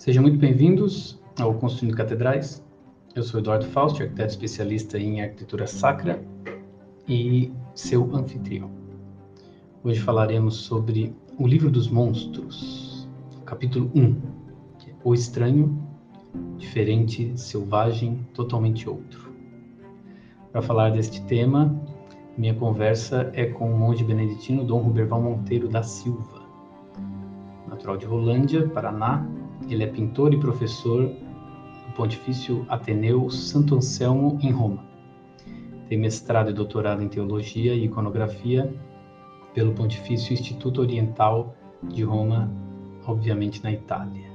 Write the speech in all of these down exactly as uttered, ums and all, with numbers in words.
Sejam muito bem-vindos ao Construindo Catedrais. Eu sou Eduardo Fausti, arquiteto especialista em arquitetura sacra e seu anfitrião. Hoje falaremos sobre o Livro dos Monstros, capítulo um, que é O Estranho, Diferente, Selvagem, Totalmente Outro. Para falar deste tema, minha conversa é com o monge beneditino Dom Roberval Monteiro da Silva. Natural de Rolândia, Paraná, ele é pintor e professor do Pontifício Ateneu Santo Anselmo, em Roma. Tem mestrado e doutorado em Teologia e Iconografia pelo Pontifício Instituto Oriental de Roma, obviamente na Itália.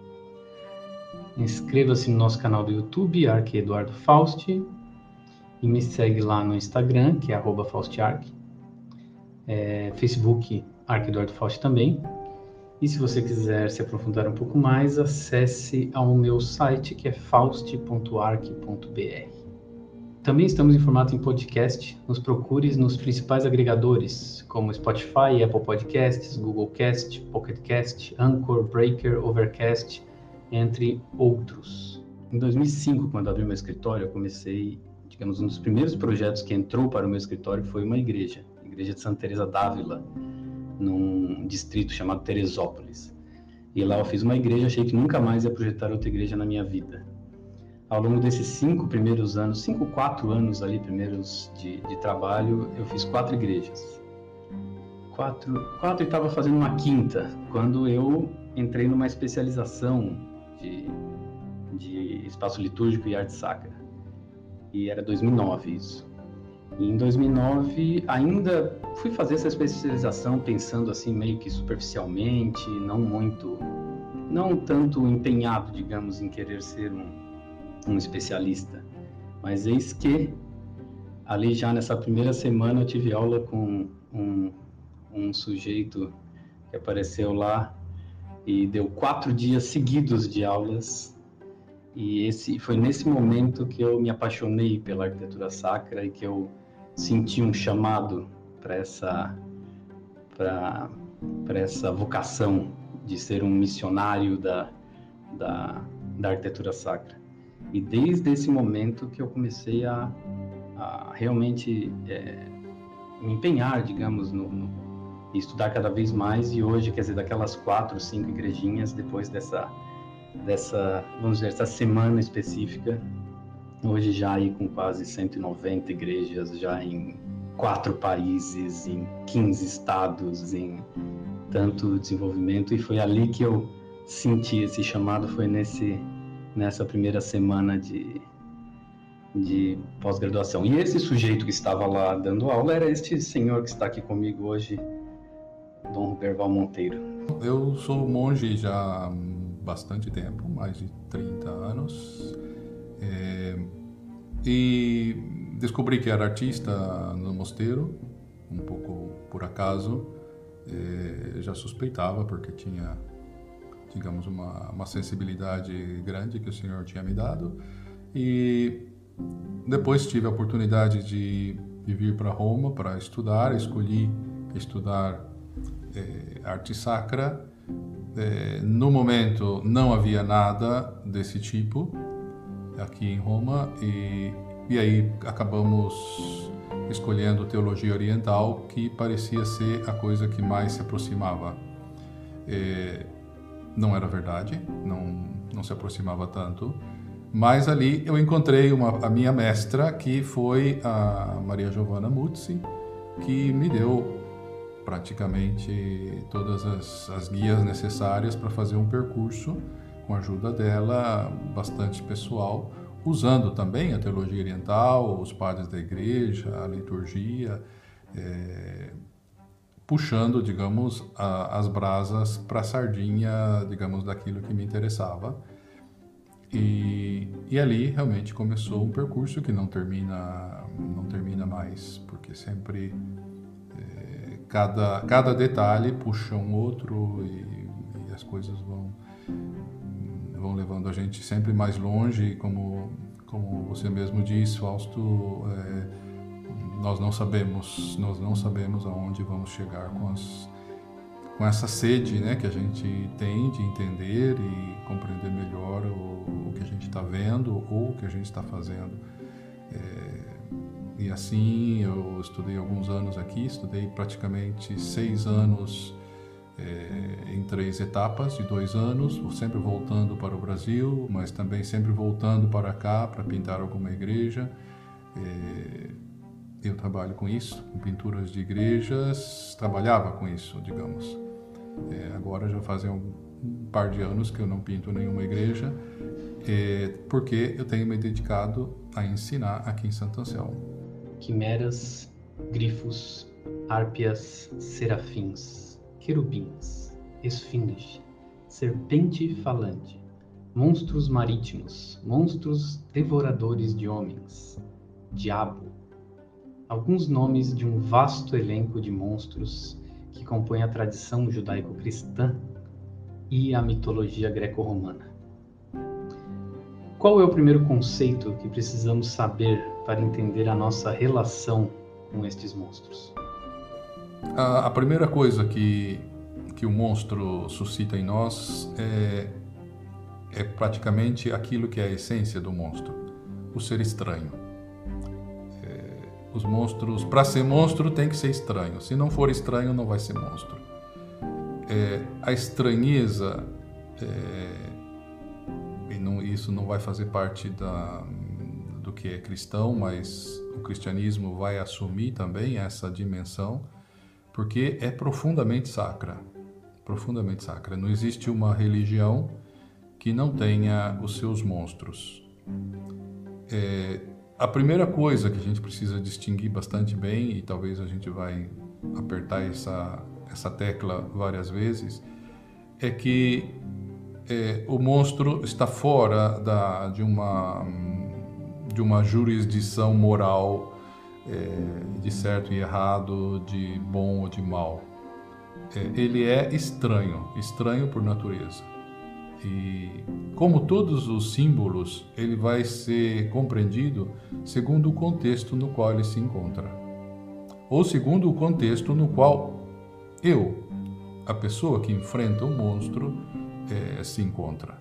Inscreva-se no nosso canal do YouTube, Arque Eduardo Fausti, e me segue lá no Instagram, que é arroba faustiarque, é, Facebook, Arque Eduardo Fausti também. E se você quiser se aprofundar um pouco mais, acesse ao meu site, que é fausti ponto arque ponto br. Também estamos em formato em podcast. Nos procure nos principais agregadores, como Spotify, Apple Podcasts, Google Cast, Pocket Cast, Anchor, Breaker, Overcast, entre outros. Em dois mil e cinco, quando abri meu escritório, eu comecei, digamos, um dos primeiros projetos que entrou para o meu escritório foi uma igreja, a Igreja de Santa Teresa d'Ávila, num distrito chamado Teresópolis. E lá eu fiz uma igreja, achei que nunca mais ia projetar outra igreja na minha vida. Ao longo desses cinco primeiros anos, cinco, quatro anos ali, primeiros de, de trabalho, eu fiz quatro igrejas. Quatro, quatro e estava fazendo uma quinta, quando eu entrei numa especialização de, de espaço litúrgico e arte sacra. E era dois mil e nove isso. E em dois mil e nove ainda fui fazer essa especialização pensando assim meio que superficialmente, não muito, não tanto empenhado, digamos, em querer ser um, um especialista. Mas eis que ali já nessa primeira semana eu tive aula com um, um sujeito que apareceu lá e deu quatro dias seguidos de aulas. E esse foi nesse momento que eu me apaixonei pela arquitetura sacra e que eu senti um chamado para essa para para essa vocação de ser um missionário da, da da arquitetura sacra. E desde esse momento que eu comecei a, a realmente é, me empenhar, digamos, no, no estudar cada vez mais. E hoje, quer dizer, daquelas quatro, cinco igrejinhas, depois dessa dessa, vamos dizer, essa semana específica, hoje já aí com quase cento e noventa igrejas, já em quatro países, em quinze estados, em tanto desenvolvimento. E foi ali que eu senti esse chamado, foi nesse, nessa primeira semana de, de pós-graduação. E esse sujeito que estava lá dando aula era este senhor que está aqui comigo hoje, Dom Roberval Monteiro. Eu sou monge já bastante tempo, mais de trinta anos, é, e descobri que era artista no mosteiro, um pouco por acaso. É, já suspeitava porque tinha, digamos, uma, uma sensibilidade grande que o Senhor tinha me dado, e depois tive a oportunidade de, de vir para Roma para estudar. Escolhi estudar é, arte sacra. É, no momento não havia nada desse tipo aqui em Roma, e, e aí acabamos escolhendo teologia oriental, que parecia ser a coisa que mais se aproximava. É, não era verdade, não, não se aproximava tanto, mas ali eu encontrei uma, a minha mestra, que foi a Maria Giovanna Muzzi, que me deu praticamente todas as, as guias necessárias para fazer um percurso, com a ajuda dela, bastante pessoal, usando também a teologia oriental, os padres da igreja, a liturgia, é, puxando, digamos, a, as brasas para a sardinha, digamos, daquilo que me interessava. E, e ali realmente começou um percurso que não termina, não termina mais, porque sempre Cada, cada detalhe puxa um outro, e, e as coisas vão, vão levando a gente sempre mais longe. Como, como você mesmo diz, Fausto, é, nós não sabemos, nós não sabemos aonde vamos chegar com as, com essa sede, né, que a gente tem de entender e compreender melhor o, o que a gente está vendo ou o que a gente está fazendo. É, e assim eu estudei alguns anos aqui, estudei praticamente seis anos é, em três etapas de dois anos, sempre voltando para o Brasil, mas também sempre voltando para cá para pintar alguma igreja. É, eu trabalho com isso, com pinturas de igrejas, trabalhava com isso, digamos. É, agora já fazem um, um par de anos que eu não pinto nenhuma igreja, é, porque eu tenho me dedicado a ensinar aqui em Santo Anselmo. Quimeras, grifos, árpias, serafins, querubins, esfinge, serpente falante, monstros marítimos, monstros devoradores de homens, diabo. Alguns nomes de um vasto elenco de monstros que compõem a tradição judaico-cristã e a mitologia greco-romana. Qual é o primeiro conceito que precisamos saber para entender a nossa relação com estes monstros? A, a primeira coisa que, que o monstro suscita em nós é, é praticamente aquilo que é a essência do monstro, o ser estranho. É, os monstros, para ser monstro, tem que ser estranho. Se não for estranho, não vai ser monstro. É, a estranheza, é, e não, isso não vai fazer parte da, do que é cristão, mas o cristianismo vai assumir também essa dimensão, porque é profundamente sacra, profundamente sacra. Não existe uma religião que não tenha os seus monstros. É, a primeira coisa que a gente precisa distinguir bastante bem, e talvez a gente vai apertar essa, essa tecla várias vezes, é que é, o monstro está fora da, de, uma, de uma jurisdição moral, é, de certo e errado, de bom ou de mal. É, ele é estranho, estranho por natureza. E, como todos os símbolos, ele vai ser compreendido segundo o contexto no qual ele se encontra, ou segundo o contexto no qual eu, a pessoa que enfrenta o monstro, é, se encontra.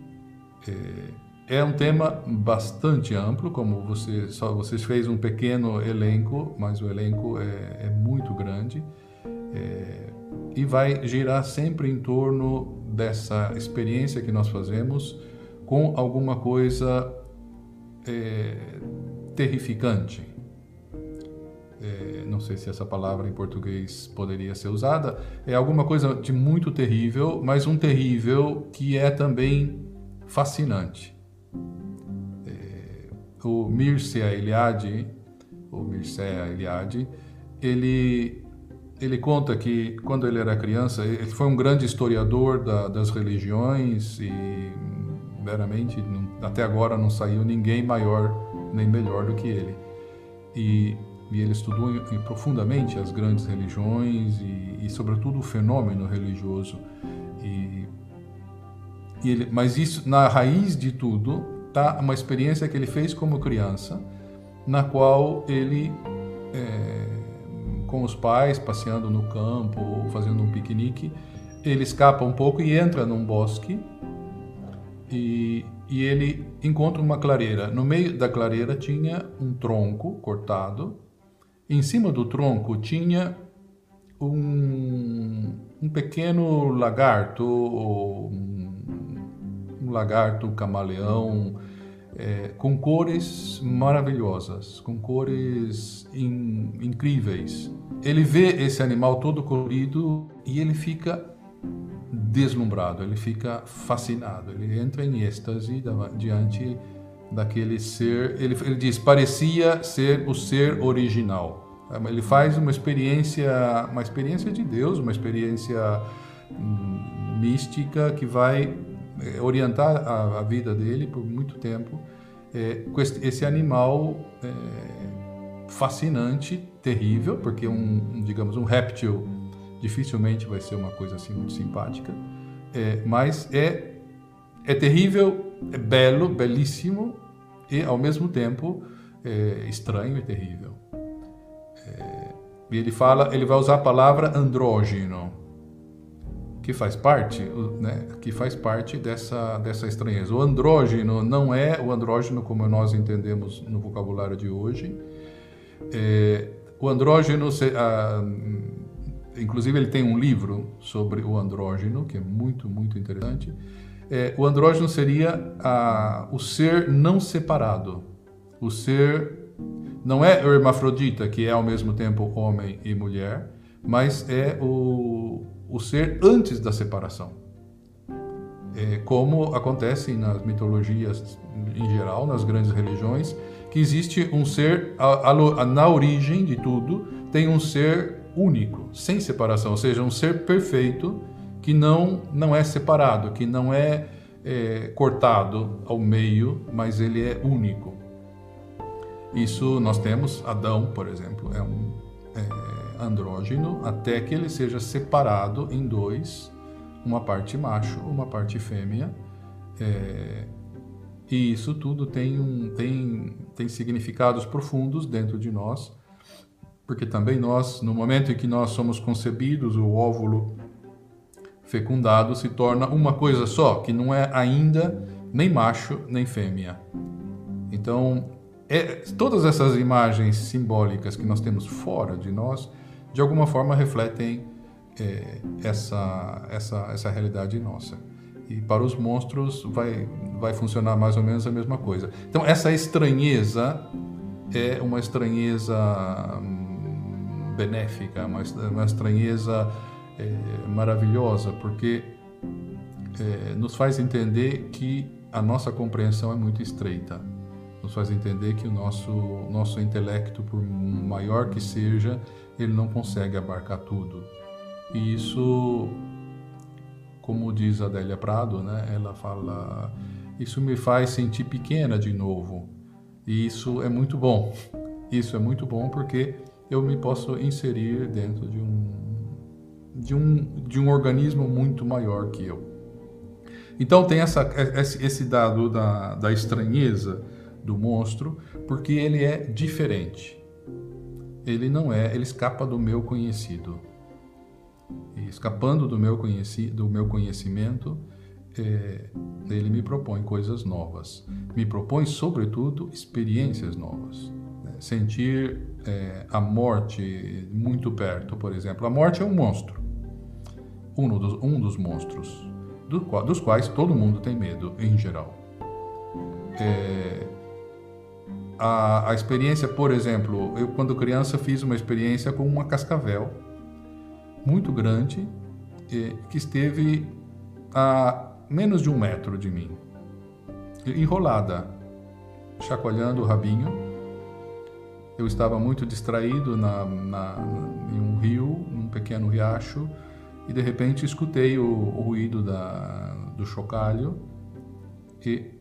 É, é um tema bastante amplo, como você só vocês fez um pequeno elenco, mas o elenco é, é muito grande. É, e vai girar sempre em torno dessa experiência que nós fazemos com alguma coisa é, terrificante. É, não sei se essa palavra em português poderia ser usada. É alguma coisa de muito terrível, mas um terrível que é também fascinante. É, o Mircea Eliade, o Mircea Eliade, ele Ele conta que, quando ele era criança, ele foi um grande historiador da, das religiões e, veramente, não, até agora não saiu ninguém maior nem melhor do que ele. E, e ele estudou em, em, profundamente as grandes religiões e, e, sobretudo, o fenômeno religioso. E, e ele, mas isso, na raiz de tudo, está uma experiência que ele fez como criança, na qual ele... É, com os pais, passeando no campo ou fazendo um piquenique, ele escapa um pouco e entra num bosque e, e ele encontra uma clareira. No meio da clareira tinha um tronco cortado, em cima do tronco tinha um, um pequeno lagarto, um, um lagarto camaleão, É, com cores maravilhosas, com cores in, incríveis. Ele vê esse animal todo colorido e ele fica deslumbrado, ele fica fascinado, ele entra em êxtase diante daquele ser. Ele, ele diz, parecia ser o ser original. Ele faz uma experiência, uma experiência de Deus, uma experiência hum, mística que vai orientar a, a vida dele por muito tempo, é, com esse, esse animal é, fascinante, terrível, porque um, um, digamos, um réptil dificilmente vai ser uma coisa assim muito simpática, é, mas é, é terrível, é belo, belíssimo e ao mesmo tempo é, estranho e terrível. É, e ele fala, ele vai usar a palavra andrógeno. que faz parte, né, que faz parte dessa, dessa estranheza. O andrógeno não é o andrógeno como nós entendemos no vocabulário de hoje. É, o andrógeno, a, inclusive ele tem um livro sobre o andrógeno, que é muito, muito interessante. É, o andrógeno seria a, o ser não separado, o ser não é o hermafrodita, que é ao mesmo tempo homem e mulher, mas é o, o ser antes da separação. É, como acontece nas mitologias em geral, nas grandes religiões, que existe um ser, a, a, na origem de tudo, tem um ser único, sem separação, ou seja, um ser perfeito que não, não é separado, que não é, é cortado ao meio, mas ele é único. Isso nós temos, Adão, por exemplo, é um é, andrógeno, até que ele seja separado em dois, uma parte macho, uma parte fêmea, é, e isso tudo tem, um, tem, tem significados profundos dentro de nós, porque também nós, no momento em que nós somos concebidos, o óvulo fecundado se torna uma coisa só, que não é ainda nem macho nem fêmea. Então, é, todas essas imagens simbólicas que nós temos fora de nós, de alguma forma refletem é, essa, essa, essa realidade nossa. E para os monstros vai, vai funcionar mais ou menos a mesma coisa. Então, essa estranheza é uma estranheza hum, benéfica, uma, uma estranheza é, maravilhosa, porque é, nos faz entender que a nossa compreensão é muito estreita. Nos faz entender que o nosso, nosso intelecto, por maior que seja, ele não consegue abarcar tudo. E isso, como diz a Adélia Prado, né, ela fala, isso me faz sentir pequena de novo. E isso é muito bom. Isso é muito bom porque eu me posso inserir dentro de um, de um, de um organismo muito maior que eu. Então tem essa, esse dado da, da estranheza do monstro, porque ele é diferente. Ele não é, ele escapa do meu conhecido. E escapando do meu, conheci, do meu conhecimento, é, ele me propõe coisas novas. Me propõe, sobretudo, experiências novas. Né? Sentir é, a morte muito perto, por exemplo. A morte é um monstro. Um dos, um dos monstros, do, dos quais todo mundo tem medo, em geral. É, A, a experiência, por exemplo, eu quando criança fiz uma experiência com uma cascavel muito grande eh, que esteve a menos de um metro de mim, enrolada, chacoalhando o rabinho. Eu estava muito distraído na, na, em um rio, num pequeno riacho, e de repente escutei o, o ruído da, do chocalho e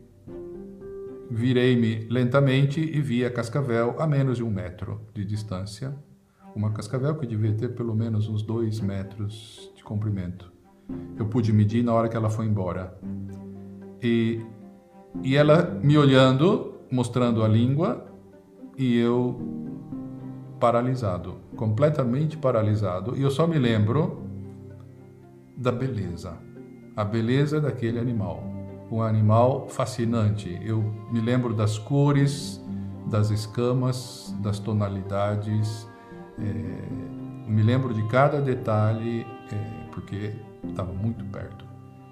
virei-me lentamente e vi a cascavel a menos de um metro de distância. Uma cascavel que devia ter pelo menos uns dois metros de comprimento. Eu pude medir na hora que ela foi embora. E, e ela me olhando, mostrando a língua, e eu paralisado, completamente paralisado. E eu só me lembro da beleza, a beleza daquele animal. Um animal fascinante. Eu me lembro das cores, das escamas, das tonalidades, é, me lembro de cada detalhe, é, porque estava muito perto.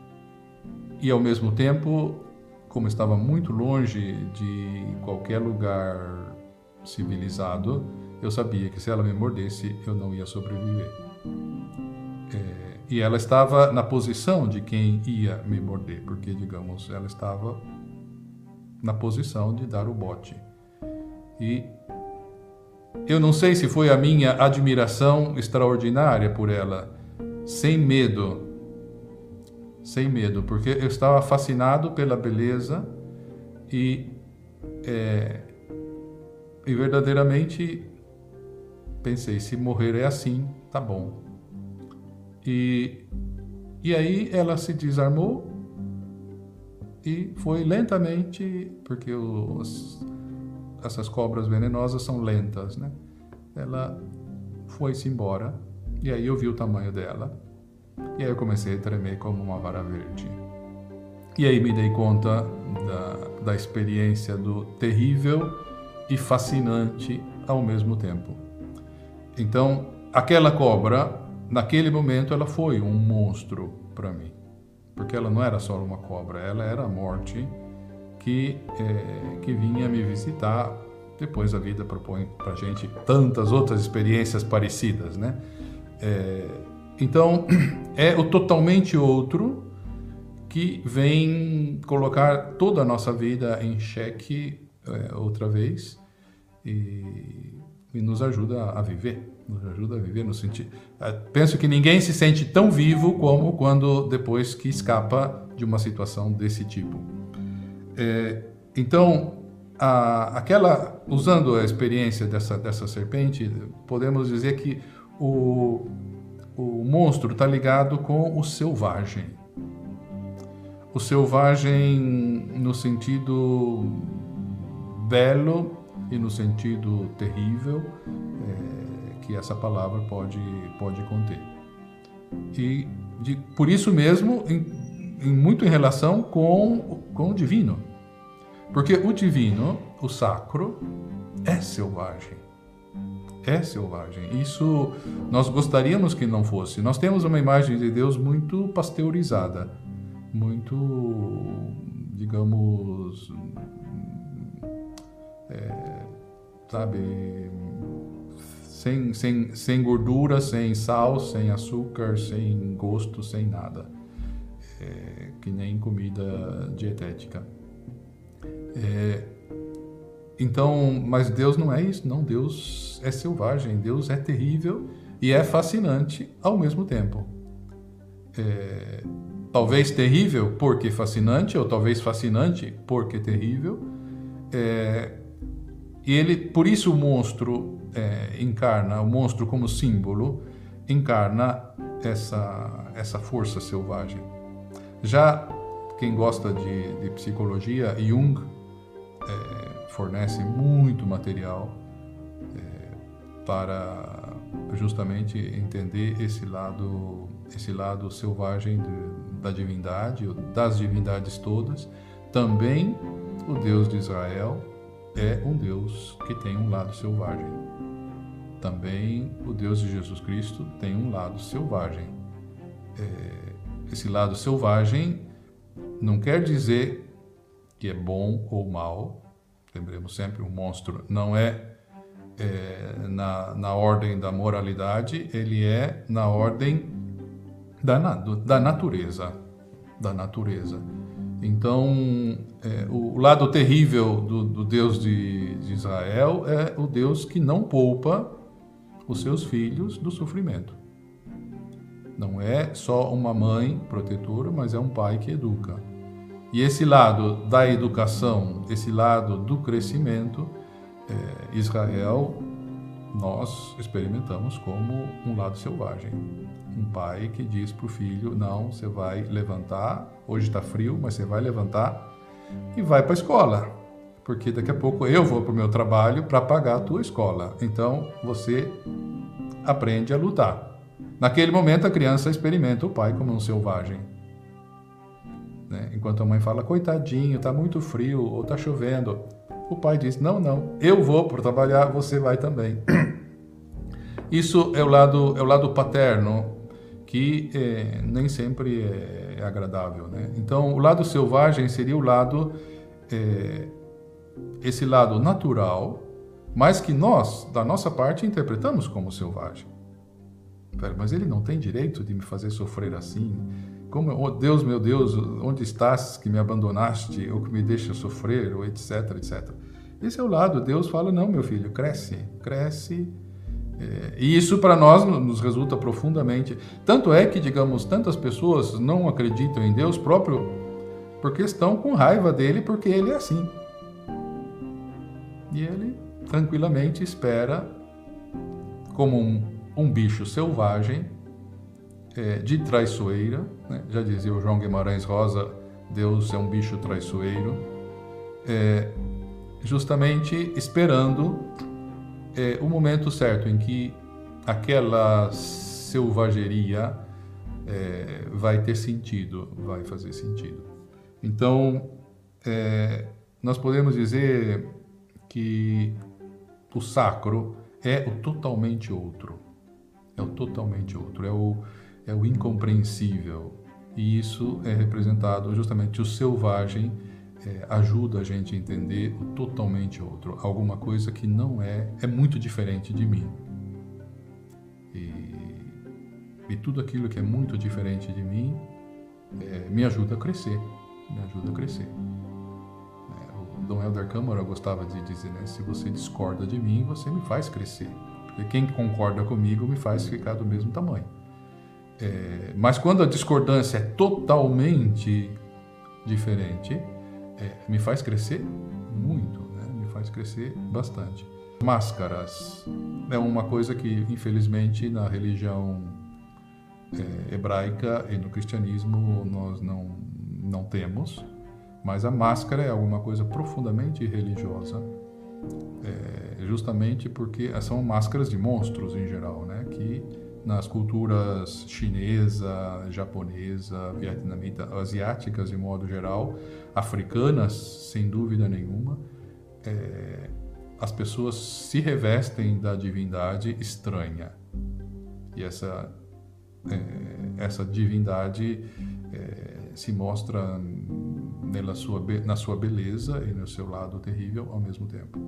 E ao mesmo tempo, como estava muito longe de qualquer lugar civilizado, eu sabia que se ela me mordesse, eu não ia sobreviver. É, e ela estava na posição de quem ia me morder, porque, digamos, ela estava na posição de dar o bote. E eu não sei se foi a minha admiração extraordinária por ela, sem medo, sem medo, porque eu estava fascinado pela beleza e, é, e verdadeiramente pensei, se morrer é assim, tá bom. E, e aí ela se desarmou e foi lentamente, porque os, essas cobras venenosas são lentas, né? Ela foi-se embora e aí eu vi o tamanho dela E aí eu comecei a tremer como uma vara verde. E aí me dei conta da, da experiência do terrível e fascinante ao mesmo tempo. Então, aquela cobra, naquele momento, ela foi um monstro para mim. Porque ela não era só uma cobra, ela era a morte que, é, que vinha me visitar. Depois a vida propõe para a gente tantas outras experiências parecidas, né? É, então, é o totalmente outro que vem colocar toda a nossa vida em xeque é, outra vez e, e nos ajuda a viver, nos ajuda a viver no sentido... Penso que ninguém se sente tão vivo como quando depois que escapa de uma situação desse tipo. É, então, a, aquela, usando a experiência dessa, dessa serpente, podemos dizer que o, o monstro está ligado com o selvagem. O selvagem no sentido belo e no sentido terrível é, que essa palavra pode, pode conter. E de, por isso mesmo, em, em muito em relação com, com o divino. Porque o divino, o sacro, é selvagem. É selvagem. Isso nós gostaríamos que não fosse. Nós temos uma imagem de Deus muito pasteurizada, muito, digamos, é, sabe, sem, sem, sem gordura, sem sal, sem açúcar, sem gosto, sem nada. É, que nem comida dietética. É, então, mas Deus não é isso, não. Deus é selvagem, Deus é terrível e é fascinante ao mesmo tempo. É, talvez terrível porque fascinante, ou talvez fascinante porque terrível. É, e ele, por isso o monstro é, encarna, o monstro como símbolo, encarna essa, essa força selvagem. Já quem gosta de, de psicologia, Jung é, fornece muito material é, para justamente entender esse lado, esse lado selvagem de, da divindade, das divindades todas. Também o Deus de Israel é um Deus que tem um lado selvagem. Também o Deus de Jesus Cristo tem um lado selvagem. É, esse lado selvagem não quer dizer que é bom ou mal. Lembremos sempre, o monstro não é, é na, na ordem da moralidade, ele é na ordem da, da natureza. Da natureza. Então, é, o, o lado terrível do, do Deus de, de Israel é o Deus que não poupa os seus filhos do sofrimento. Não é só uma mãe protetora, mas é um pai que educa. E esse lado da educação, esse lado do crescimento, é, Israel, nós experimentamos como um lado selvagem. Um pai que diz para o filho, não, você vai levantar, hoje está frio, mas você vai levantar e vai para a escola. Porque daqui a pouco eu vou para o meu trabalho para pagar a tua escola. Então, você aprende a lutar. Naquele momento, a criança experimenta o pai como um selvagem. Né? Enquanto a mãe fala, coitadinho, está muito frio ou está chovendo. O pai diz, não, não, eu vou para trabalhar, você vai também. Isso é o lado, é o lado paterno, que é, nem sempre é, é agradável. Né? Então, o lado selvagem seria o lado, é, esse lado natural, mas que nós, da nossa parte, interpretamos como selvagem. Mas ele não tem direito de me fazer sofrer assim. Como, oh Deus, meu Deus, onde estás que me abandonaste ou que me deixa sofrer, ou etc, etcétera. Esse é o lado. Deus fala, não, meu filho, cresce, cresce. É, e isso para nós nos resulta profundamente. Tanto é que, digamos, tantas pessoas não acreditam em Deus próprio porque estão com raiva dele porque ele é assim. E ele tranquilamente espera como um, um bicho selvagem, é, de traiçoeira, né? Já dizia o João Guimarães Rosa, Deus é um bicho traiçoeiro, é, justamente esperando é, o momento certo em que aquela selvageria é, vai ter sentido, vai fazer sentido. Então, é, nós podemos dizer que o sacro é o totalmente outro, é o totalmente outro, é o, é o incompreensível, e isso é representado justamente o selvagem. É, ajuda a gente a entender o totalmente outro, alguma coisa que não é, é muito diferente de mim. E, e tudo aquilo que é muito diferente de mim é, me ajuda a crescer, me ajuda a crescer. É, o Dom Helder Câmara gostava de dizer, né, se você discorda de mim, você me faz crescer, porque quem concorda comigo me faz ficar do mesmo tamanho. É, mas quando a discordância é totalmente diferente, É, me faz crescer muito, né? Me faz crescer bastante. Máscaras é uma coisa que, infelizmente, na religião é, hebraica e no cristianismo nós não, não temos, mas a máscara é alguma coisa profundamente religiosa, é, justamente porque são máscaras de monstros em geral, né? Que nas culturas chinesa, japonesa, vietnamita, asiáticas de modo geral, africanas, sem dúvida nenhuma, é, as pessoas se revestem da divindade estranha. E essa, é, essa divindade é, se mostra nela sua, na sua beleza e no seu lado terrível ao mesmo tempo.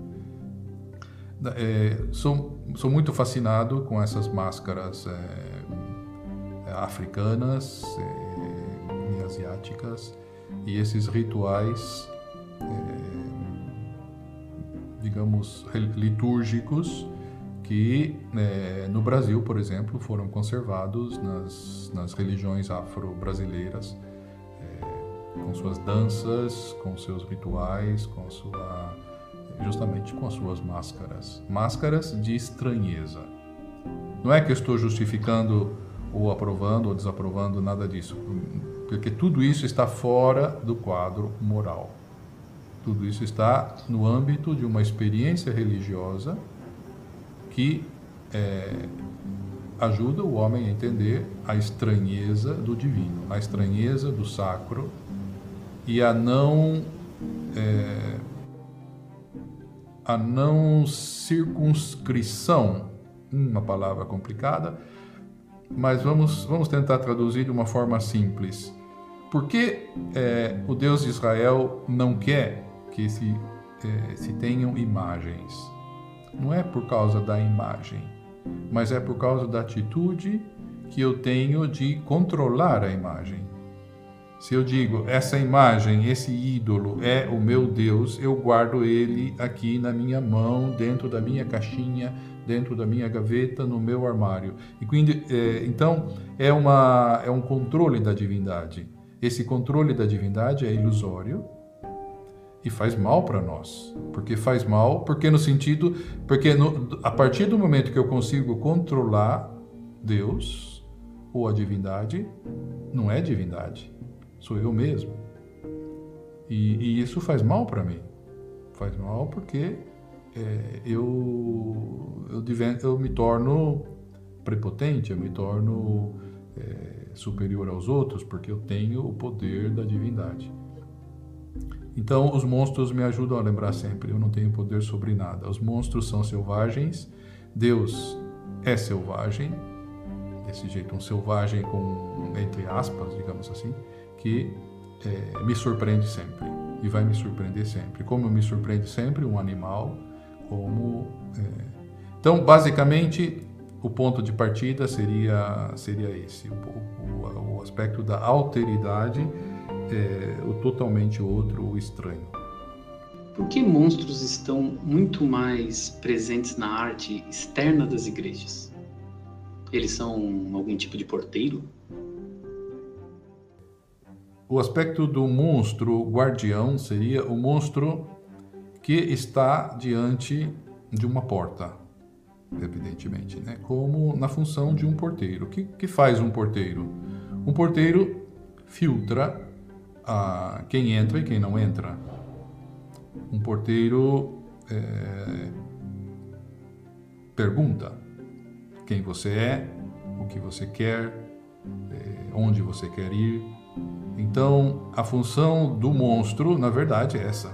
É, sou, sou muito fascinado com essas máscaras é, africanas é, e asiáticas e esses rituais, é, digamos, litúrgicos que é, no Brasil, por exemplo, foram conservados nas, nas religiões afro-brasileiras, é, com suas danças, com seus rituais, com sua... justamente com as suas máscaras, máscaras de estranheza. Não é que eu estou justificando ou aprovando ou desaprovando nada disso, porque tudo isso está fora do quadro moral. Tudo isso está no âmbito de uma experiência religiosa que é, ajuda o homem a entender a estranheza do divino, a estranheza do sacro e a não... É, a não circunscrição, uma palavra complicada, mas vamos, vamos tentar traduzir de uma forma simples. Por que é, o Deus de Israel não quer que se, é, se tenham imagens? Não é por causa da imagem, mas é por causa da atitude que eu tenho de controlar a imagem. Se eu digo, essa imagem, esse ídolo é o meu Deus, eu guardo ele aqui na minha mão, dentro da minha caixinha, dentro da minha gaveta, no meu armário. E, é, então, é, uma, é um controle da divindade. Esse controle da divindade é ilusório e faz mal para nós. Porque faz mal, porque no sentido, porque no, a partir do momento que eu consigo controlar Deus ou a divindade, não é divindade. Sou eu mesmo. E, e isso faz mal para mim. Faz mal porque é, eu, eu, eu me torno prepotente, eu me torno é, superior aos outros, porque eu tenho o poder da divindade. Então, os monstros me ajudam a lembrar sempre, eu não tenho poder sobre nada. Os monstros são selvagens, Deus é selvagem, desse jeito, um selvagem com, entre aspas, digamos assim, que é, me surpreende sempre e vai me surpreender sempre. Como me surpreende sempre um animal, como... É... Então, basicamente, o ponto de partida seria, seria esse, o, o, o aspecto da alteridade, é, o totalmente outro, o estranho. Por que monstros estão muito mais presentes na arte externa das igrejas? Eles são algum tipo de porteiro? O aspecto do monstro guardião seria o monstro que está diante de uma porta, evidentemente, né? Como na função de um porteiro. O que, que faz um porteiro? Um porteiro filtra a quem entra e quem não entra. Um porteiro é, pergunta quem você é, o que você quer, é, onde você quer ir. Então, a função do monstro, na verdade, é essa.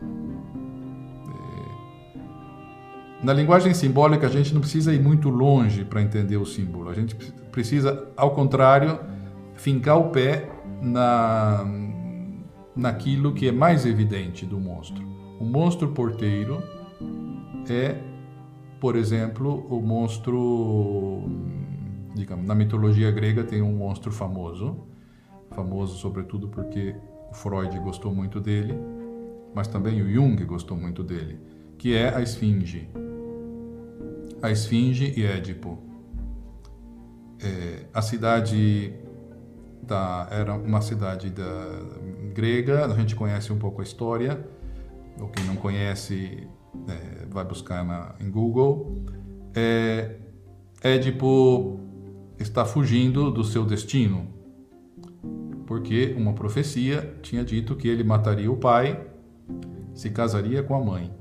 É... Na linguagem simbólica, a gente não precisa ir muito longe para entender o símbolo. A gente precisa, ao contrário, fincar o pé na... naquilo que é mais evidente do monstro. O monstro porteiro é, por exemplo, o monstro, digamos, na mitologia grega tem um monstro famoso, famoso sobretudo porque o Freud gostou muito dele, mas também o Jung gostou muito dele, que é a Esfinge. A Esfinge e Édipo. É, a cidade da, era uma cidade da, grega, a gente conhece um pouco a história, ou quem não conhece é, vai buscar na, em Google. É, Édipo está fugindo do seu destino, porque uma profecia tinha dito que ele mataria o pai, se casaria com a mãe.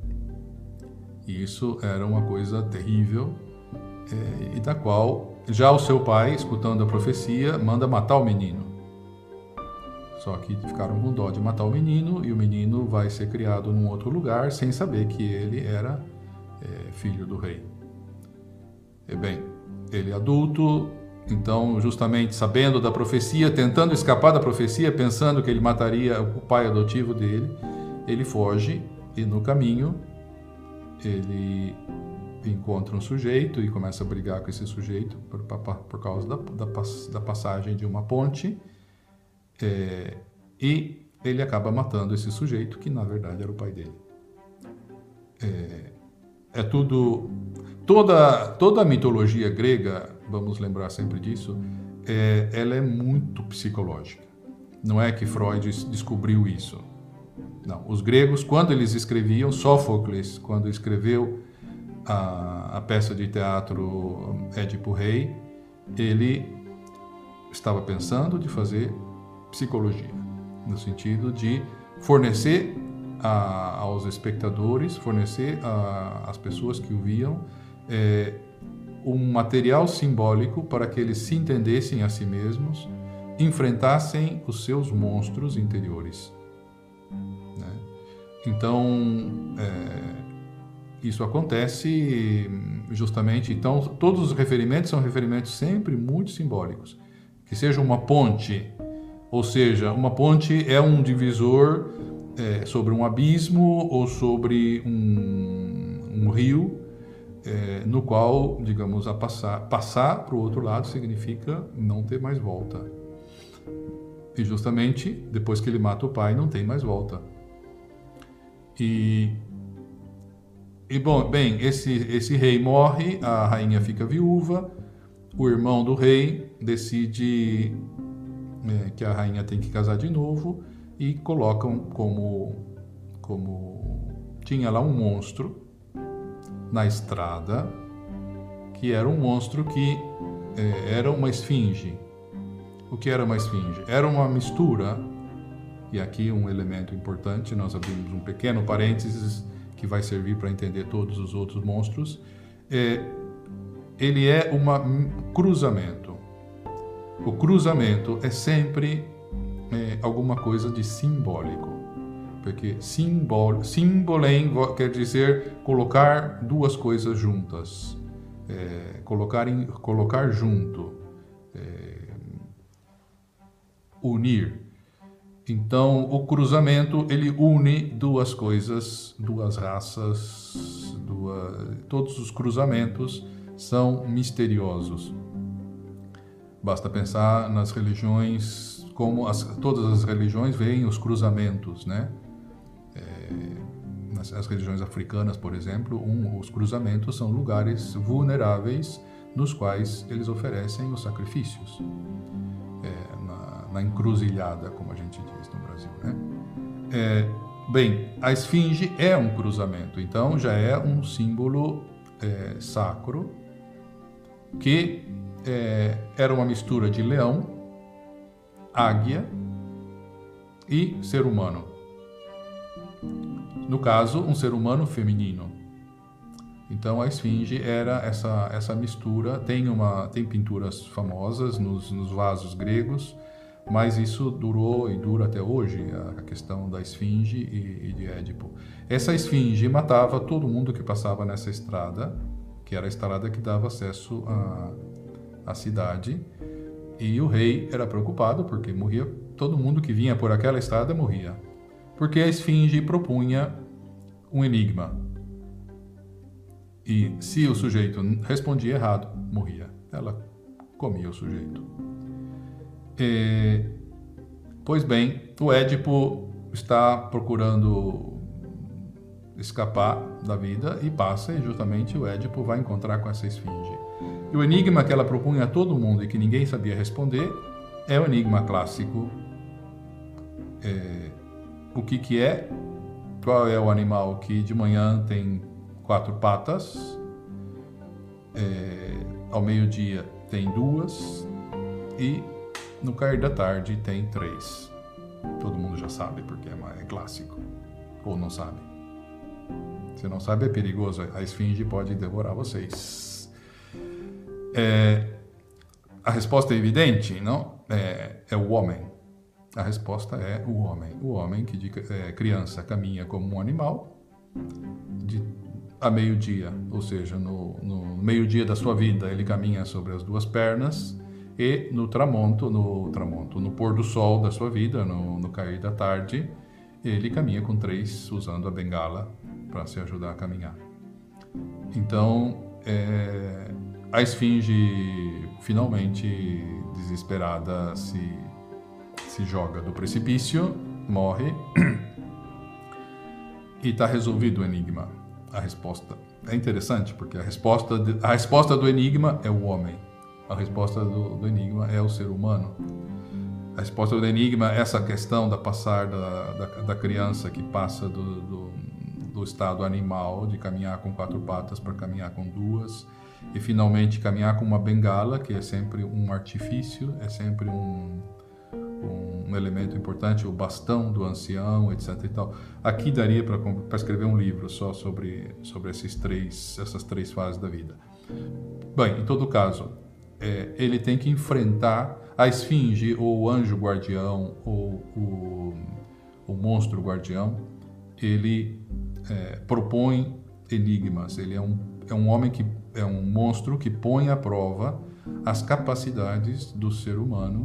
E isso era uma coisa terrível, é, e da qual já o seu pai, escutando a profecia, manda matar o menino. Só que ficaram com dó de matar o menino, e o menino vai ser criado num outro lugar, sem saber que ele era é, filho do rei. E bem, ele adulto, então justamente sabendo da profecia, tentando escapar da profecia, pensando que ele mataria o pai adotivo dele, ele foge, e no caminho ele encontra um sujeito e começa a brigar com esse sujeito por, por causa da, da, da passagem de uma ponte. É, e ele acaba matando esse sujeito, que na verdade era o pai dele. É, é tudo... Toda, toda a mitologia grega, vamos lembrar sempre disso, é, ela é muito psicológica. Não é que Freud descobriu isso. Não, os gregos, quando eles escreviam, Sófocles, quando escreveu a, a peça de teatro Édipo Rei, ele estava pensando de fazer psicologia, no sentido de fornecer a, aos espectadores, fornecer às pessoas que o viam é, um material simbólico para que eles se entendessem a si mesmos, enfrentassem os seus monstros interiores. Né? Então, é, isso acontece justamente, então todos os referimentos são referimentos sempre muito simbólicos. Que seja uma ponte, ou seja, uma ponte é um divisor é, sobre um abismo ou sobre um, um rio, é, no qual, digamos, a passar, passar para o outro lado significa não ter mais volta. E justamente, depois que ele mata o pai, não tem mais volta. E, e bom, bem, esse, esse rei morre, a rainha fica viúva, o irmão do rei decide... É, que a rainha tem que casar de novo, e colocam como, como tinha lá um monstro na estrada, que era um monstro que é, era uma esfinge. O que era uma esfinge? Era uma mistura, e aqui um elemento importante, nós abrimos um pequeno parênteses que vai servir para entender todos os outros monstros. É, ele é um cruzamento. O cruzamento é sempre é, alguma coisa de simbólico, porque simbol, simbolem quer dizer colocar duas coisas juntas, é, colocar, em, colocar junto, é, unir. Então, o cruzamento, ele une duas coisas, duas raças, duas, todos os cruzamentos são misteriosos. Basta pensar nas religiões, como as, todas as religiões veem os cruzamentos, né? É, nas as religiões africanas, por exemplo, um, os cruzamentos são lugares vulneráveis nos quais eles oferecem os sacrifícios. É, na, na encruzilhada, como a gente diz no Brasil, né? É, bem, a esfinge é um cruzamento, então já é um símbolo é, sacro que É, era uma mistura de leão, águia e ser humano. No caso, um ser humano feminino. Então a esfinge era essa, essa mistura. Tem, uma, tem pinturas famosas nos, nos vasos gregos, mas isso durou e dura até hoje, a questão da esfinge e, e de Édipo. Essa esfinge matava todo mundo que passava nessa estrada, que era a estrada que dava acesso à, à cidade, e o rei era preocupado porque morria, todo mundo que vinha por aquela estrada morria, porque a esfinge propunha um enigma. E se o sujeito respondia errado, morria. Ela comia o sujeito. E, pois bem, o Édipo está procurando escapar da vida e passa, e justamente o Édipo vai encontrar com essa esfinge. E o enigma que ela propunha a todo mundo e que ninguém sabia responder é o enigma clássico. É, o que que é? Qual é o animal que de manhã tem quatro patas, é, ao meio-dia tem duas e no cair da tarde tem três? Todo mundo já sabe porque é clássico. Ou não sabe? Se não sabe, é perigoso. A esfinge pode devorar vocês. É, a resposta é evidente, não? É, é o homem. A resposta é o homem. O homem que de é, criança caminha como um animal, de, a meio-dia, ou seja, no, no meio-dia da sua vida, ele caminha sobre as duas pernas, e no tramonto, no tramonto, no pôr do sol da sua vida, no, no cair da tarde, ele caminha com três, usando a bengala para se ajudar a caminhar. Então, é, a esfinge, finalmente desesperada, se, se joga do precipício, morre, e está resolvido o enigma. A resposta é interessante, porque a resposta, de, a resposta do enigma é o homem. A resposta do, do enigma é o ser humano. A resposta do enigma é essa questão da passar da, da, da criança que passa do, do, do estado animal, de caminhar com quatro patas para caminhar com duas, e finalmente caminhar com uma bengala, que é sempre um artifício, é sempre um, um elemento importante, o bastão do ancião, etc. E tal. Aqui daria para escrever um livro só sobre, sobre esses três, essas três fases da vida. Bem, em todo caso, é, ele tem que enfrentar a esfinge, ou o anjo guardião, ou o, o monstro guardião. Ele é, propõe enigmas. Ele é um, é um homem que é um monstro que põe à prova as capacidades do ser humano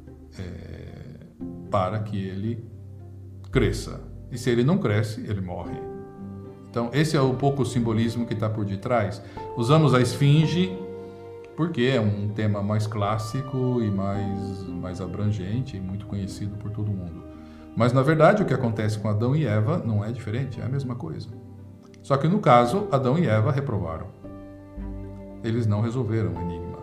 é, para que ele cresça. E se ele não cresce, ele morre. Então, esse é um pouco o simbolismo que está por detrás. Usamos a esfinge porque é um tema mais clássico e mais, mais abrangente e muito conhecido por todo mundo. Mas, na verdade, o que acontece com Adão e Eva não é diferente, é a mesma coisa. Só que, no caso, Adão e Eva reprovaram. Eles não resolveram o enigma.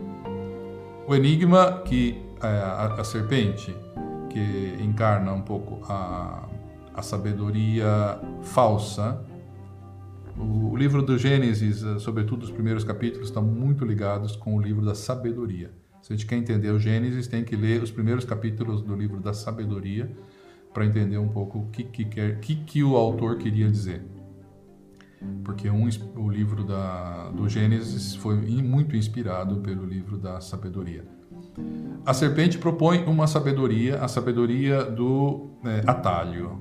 O enigma que é, a, a serpente, que encarna um pouco a, a sabedoria falsa. O, o livro do Gênesis, sobretudo os primeiros capítulos, estão muito ligados com o livro da sabedoria. Se a gente quer entender o Gênesis, tem que ler os primeiros capítulos do livro da sabedoria para entender um pouco o que, que, quer, que, que o autor queria dizer. Porque um, o livro da, do Gênesis foi muito inspirado pelo livro da sabedoria. A serpente propõe uma sabedoria, a sabedoria do é, atalho.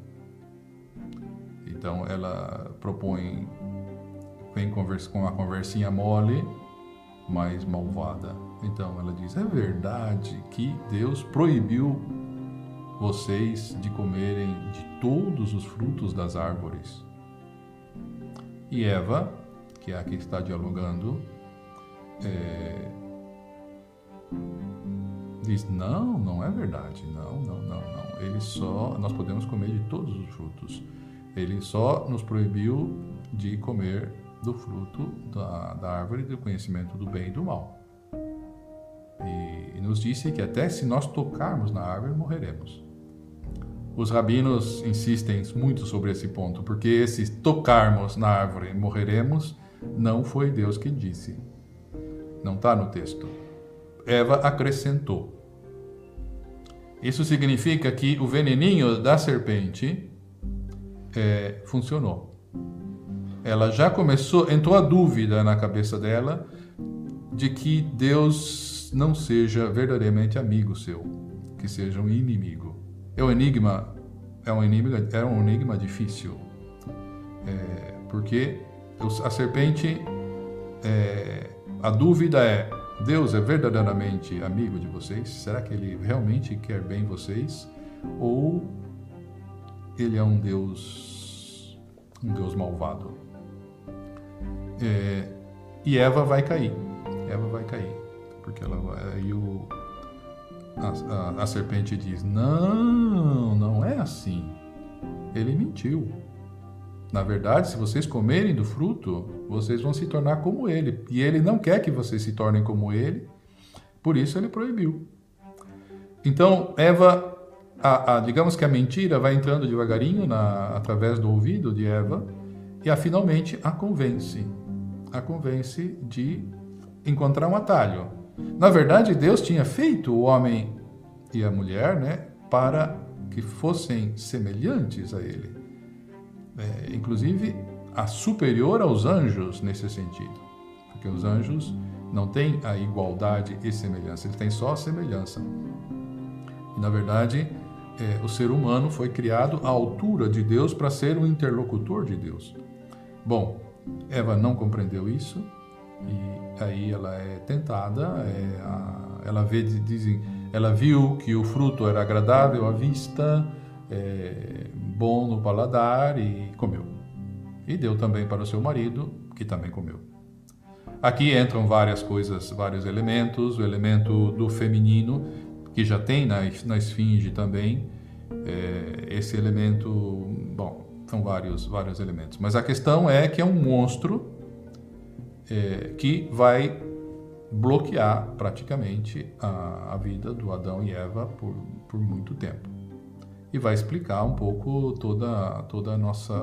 Então ela propõe, vem conversa, com uma conversinha mole, mas malvada. Então ela diz, é verdade que Deus proibiu vocês de comerem de todos os frutos das árvores. E Eva, que é a que está dialogando, é, diz, não, não é verdade, não, não, não, não. Ele só, nós podemos comer de todos os frutos. Ele só nos proibiu de comer do fruto da, da árvore do conhecimento do bem e do mal. E, e nos disse que até se nós tocarmos na árvore, morreremos. Os rabinos insistem muito sobre esse ponto, porque esse tocarmos na árvore e morreremos não foi Deus que disse. Não está no texto. Eva acrescentou. Isso significa que o veneninho da serpente é, funcionou. ela já começou, entrou a dúvida na cabeça dela de que Deus não seja verdadeiramente amigo seu, que seja um inimigo. É um enigma, é um enigma, é um enigma difícil, é, porque a serpente, é, a dúvida é: Deus é verdadeiramente amigo de vocês? Será que Ele realmente quer bem vocês? Ou Ele é um Deus, um Deus malvado? É, e Eva vai cair. Eva vai cair, porque ela vai, aí o, a, a, a serpente diz: não, não é assim. Ele mentiu. Na verdade, se vocês comerem do fruto, vocês vão se tornar como ele. E ele não quer que vocês se tornem como ele, por isso ele proibiu. Então, Eva, a, a, digamos que a mentira vai entrando devagarinho na, através do ouvido de Eva, e a, finalmente a convence. A convence de encontrar um atalho. Na verdade, Deus tinha feito o homem e a mulher, né, para que fossem semelhantes a ele. É, inclusive, a superior aos anjos nesse sentido. Porque os anjos não têm a igualdade e semelhança, eles têm só a semelhança. E, na verdade, é, o ser humano foi criado à altura de Deus para ser um interlocutor de Deus. Bom, Eva não compreendeu isso, e aí ela é tentada, é, a, ela, vê, dizem, ela viu que o fruto era agradável à vista, é, bom no paladar, e comeu. E deu também para o seu marido, que também comeu. Aqui entram várias coisas, vários elementos, o elemento do feminino, que já tem na, na esfinge também, é, esse elemento, bom, são vários, vários elementos. Mas a questão é que é um monstro é, que vai bloquear praticamente a, a vida do Adão e Eva por, por muito tempo. E vai explicar um pouco toda, toda a, nossa,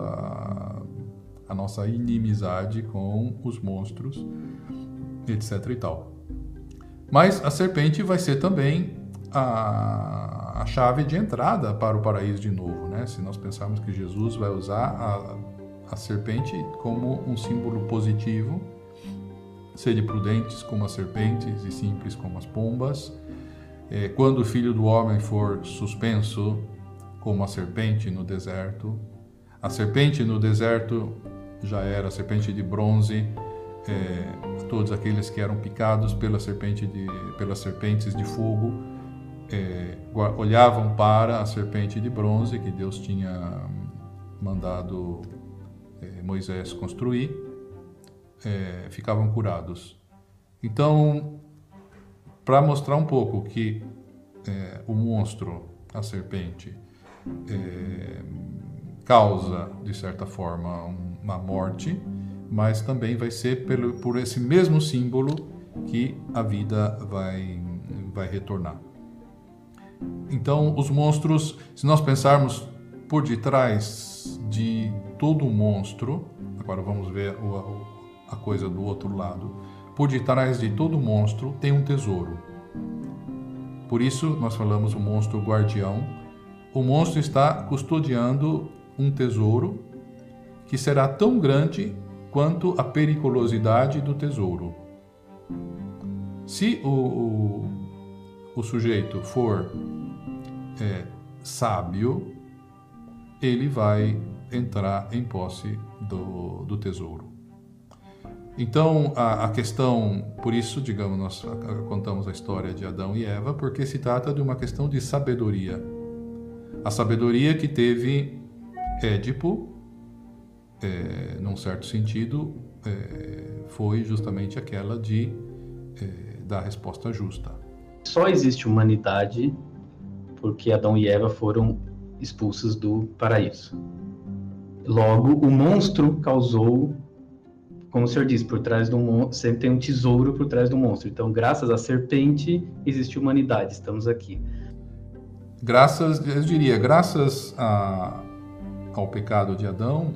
a nossa inimizade com os monstros, etc e tal. Mas a serpente vai ser também a, a chave de entrada para o paraíso de novo, né? Se nós pensarmos que Jesus vai usar a, a serpente como um símbolo positivo, sede prudentes como as serpentes e simples como as pombas. É, quando o Filho do Homem for suspenso como a serpente no deserto, a serpente no deserto já era a serpente de bronze, é, todos aqueles que eram picados pela serpente de, pelas serpentes de fogo é, olhavam para a serpente de bronze que Deus tinha mandado é, Moisés construir, é, ficavam curados. Então, para mostrar um pouco que é, o monstro, a serpente, é, causa, de certa forma, uma morte, mas também vai ser pelo, por esse mesmo símbolo que a vida vai, vai retornar. Então, os monstros, se nós pensarmos por detrás de todo monstro, agora vamos ver o, a coisa do outro lado, por detrás de todo monstro tem um tesouro. Por isso, nós falamos o monstro guardião. O monstro está custodiando um tesouro que será tão grande quanto a periculosidade do tesouro. Se o, o, o sujeito for é, sábio, ele vai entrar em posse do, do tesouro. Então, a, a questão, por isso, digamos, nós contamos a história de Adão e Eva, porque se trata de uma questão de sabedoria. A sabedoria que teve Édipo, é, num certo sentido, é, foi justamente aquela de é, dar a resposta justa. Só existe humanidade porque Adão e Eva foram expulsos do paraíso. Logo, o monstro causou, como o senhor disse, por trás do monstro, sempre tem um tesouro por trás do monstro. Então, graças à serpente, existe humanidade, estamos aqui. Graças, eu diria, graças a, ao pecado de Adão,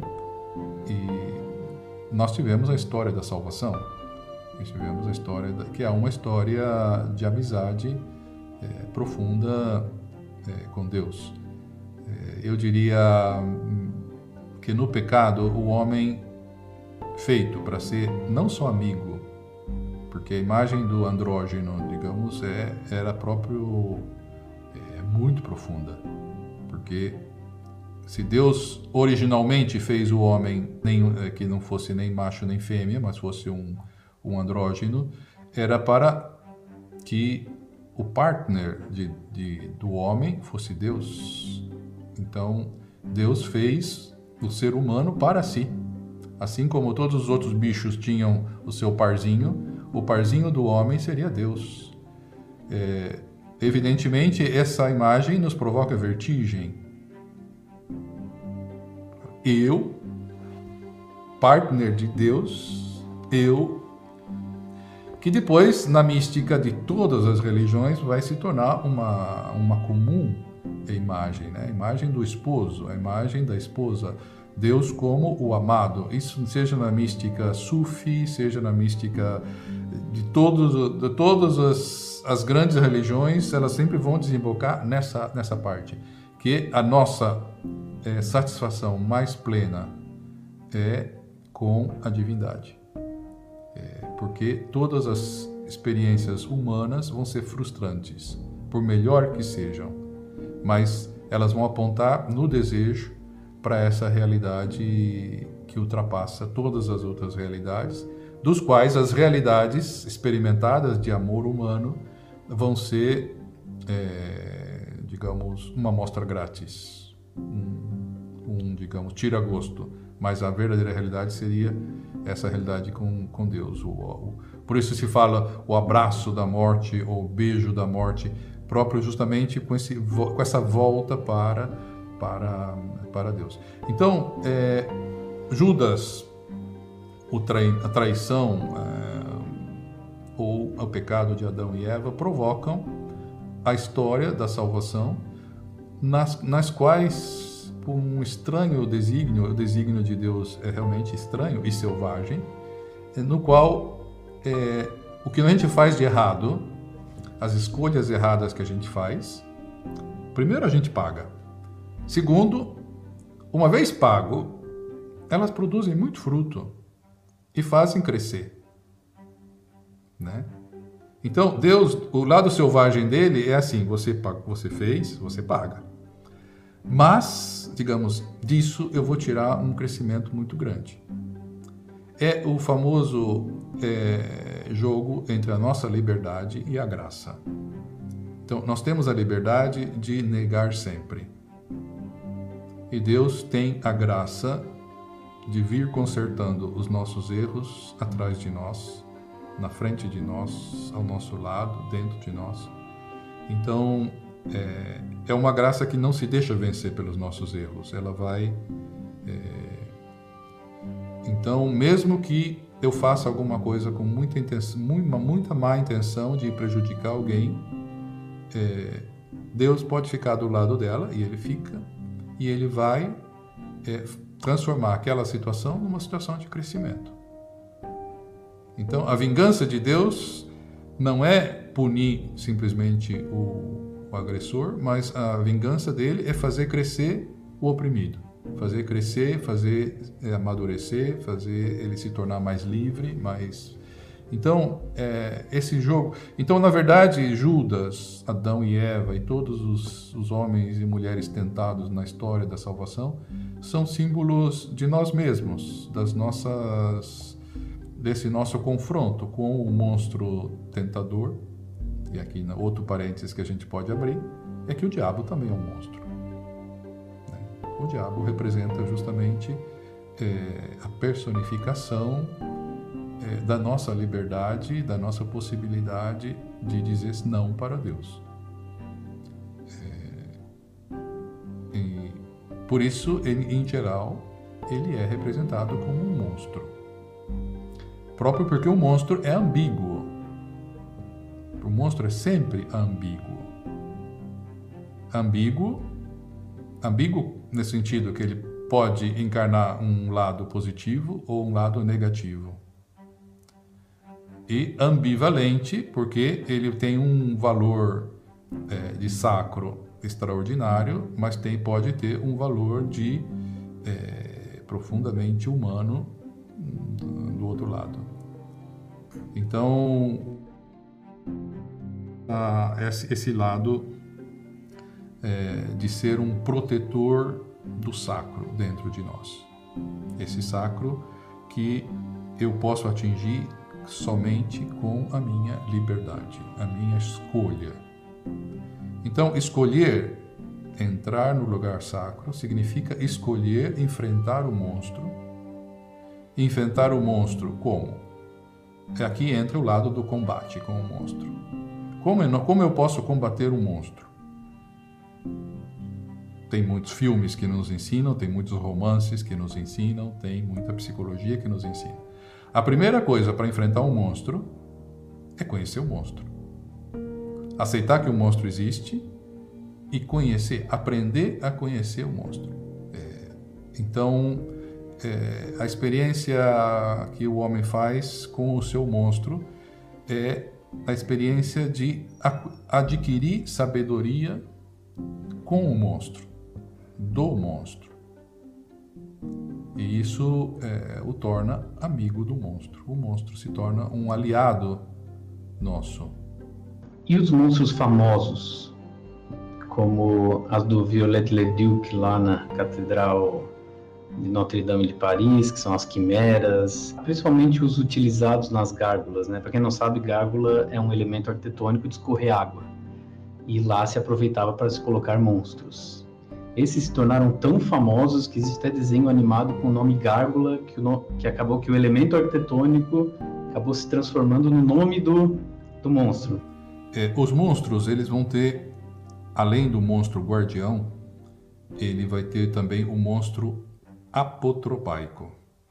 e nós tivemos a história da salvação. Nós tivemos a história, da, que é uma história de amizade é, profunda é, com Deus. É, eu diria que no pecado o homem feito para ser não só amigo, porque a imagem do andrógeno, digamos, é, era próprio, é muito profunda, porque se Deus originalmente fez o homem nem, que não fosse nem macho nem fêmea, mas fosse um, um andrógeno, era para que o partner de, de, do homem fosse Deus. Então, Deus fez o ser humano para si. Assim como todos os outros bichos tinham o seu parzinho, o parzinho do homem seria Deus. É, evidentemente, essa imagem nos provoca vertigem. Eu, partner de Deus, eu, que depois, na mística de todas as religiões, vai se tornar uma, uma comum imagem, né? A imagem do esposo, a imagem da esposa, Deus como o amado. Isso seja na mística sufi, seja na mística de, todos, de todas as, as grandes religiões, elas sempre vão desembocar nessa, nessa parte, que a nossa é, satisfação mais plena é com a divindade. É, porque todas as experiências humanas vão ser frustrantes, por melhor que sejam, mas elas vão apontar no desejo para essa realidade que ultrapassa todas as outras realidades, dos quais as realidades experimentadas de amor humano vão ser, é, digamos, uma amostra grátis, um, um digamos, tira-gosto, mas a verdadeira realidade seria essa realidade com, com Deus. O, o, por isso se fala o abraço da morte ou o beijo da morte, próprio justamente com, esse, com essa volta para, para, para Deus. Então, é, Judas, o trai, a traição é, ou o pecado de Adão e Eva provocam a história da salvação, nas, nas quais, por um estranho desígnio, o desígnio de Deus é realmente estranho e selvagem, no qual é, o que a gente faz de errado, as escolhas erradas que a gente faz, primeiro a gente paga. Segundo, uma vez pago, elas produzem muito fruto e fazem crescer, né? Então, Deus, o lado selvagem dele é assim, você, você fez, você paga. Mas, digamos, disso eu vou tirar um crescimento muito grande. É o famoso é, jogo entre a nossa liberdade e a graça. Então, nós temos a liberdade de negar sempre. E Deus tem a graça de vir consertando os nossos erros atrás de nós, na frente de nós, ao nosso lado, dentro de nós. Então, é, é uma graça que não se deixa vencer pelos nossos erros. Ela vai... É, então, mesmo que eu faça alguma coisa com muita, intenção, muita, muita má intenção de prejudicar alguém, é, Deus pode ficar do lado dela, e Ele fica, e Ele vai é, transformar aquela situação numa situação de crescimento. Então, a vingança de Deus não é punir simplesmente o, o agressor, mas a vingança dele é fazer crescer o oprimido. Fazer crescer, fazer é, amadurecer, fazer ele se tornar mais livre, mais... Então, é, esse jogo... Então, na verdade, Judas, Adão e Eva e todos os, os homens e mulheres tentados na história da salvação são símbolos de nós mesmos, das nossas... desse nosso confronto com o monstro tentador. E aqui, outro parênteses que a gente pode abrir, é que o diabo também é um monstro. O diabo representa justamente é, a personificação é, da nossa liberdade, da nossa possibilidade de dizer não para Deus. É, e, por isso, ele, em geral, ele é representado como um monstro. Próprio porque o monstro é ambíguo. O monstro é sempre ambíguo. Ambíguo, ambíguo nesse sentido que ele pode encarnar um lado positivo ou um lado negativo. E ambivalente, porque ele tem um valor é, de sacro extraordinário, mas tem, pode ter um valor de é, profundamente humano do outro lado. Então, a, esse, esse lado é, de ser um protetor do sacro dentro de nós. Esse sacro que eu posso atingir somente com a minha liberdade, a minha escolha. Então, escolher entrar no lugar sacro significa escolher enfrentar o monstro. Enfrentar o monstro como? Aqui entra o lado do combate com o monstro. Como eu, como eu posso combater o monstro? Tem muitos filmes que nos ensinam, tem muitos romances que nos ensinam, tem muita psicologia que nos ensina. A primeira coisa para enfrentar um monstro é conhecer o monstro. Aceitar que o monstro existe e conhecer, aprender a conhecer o monstro. É, então, é, a experiência que o homem faz com o seu monstro é a experiência de adquirir sabedoria com o monstro, do monstro. E isso é, o torna amigo do monstro. O monstro se torna um aliado nosso. E os monstros famosos, como as do Viollet-le-Duc lá na Catedral de Notre-Dame de Paris, que são as quimeras, principalmente os utilizados nas gárgulas, né? Para quem não sabe, gárgula é um elemento arquitetônico de escorrer água. E lá se aproveitava para se colocar monstros. Esses se tornaram tão famosos que existe até desenho animado com o nome gárgula, que, o no... que acabou que o elemento arquitetônico acabou se transformando no nome do, do monstro. É, os monstros, eles vão ter, além do monstro guardião, ele vai ter também o monstro apotropaico.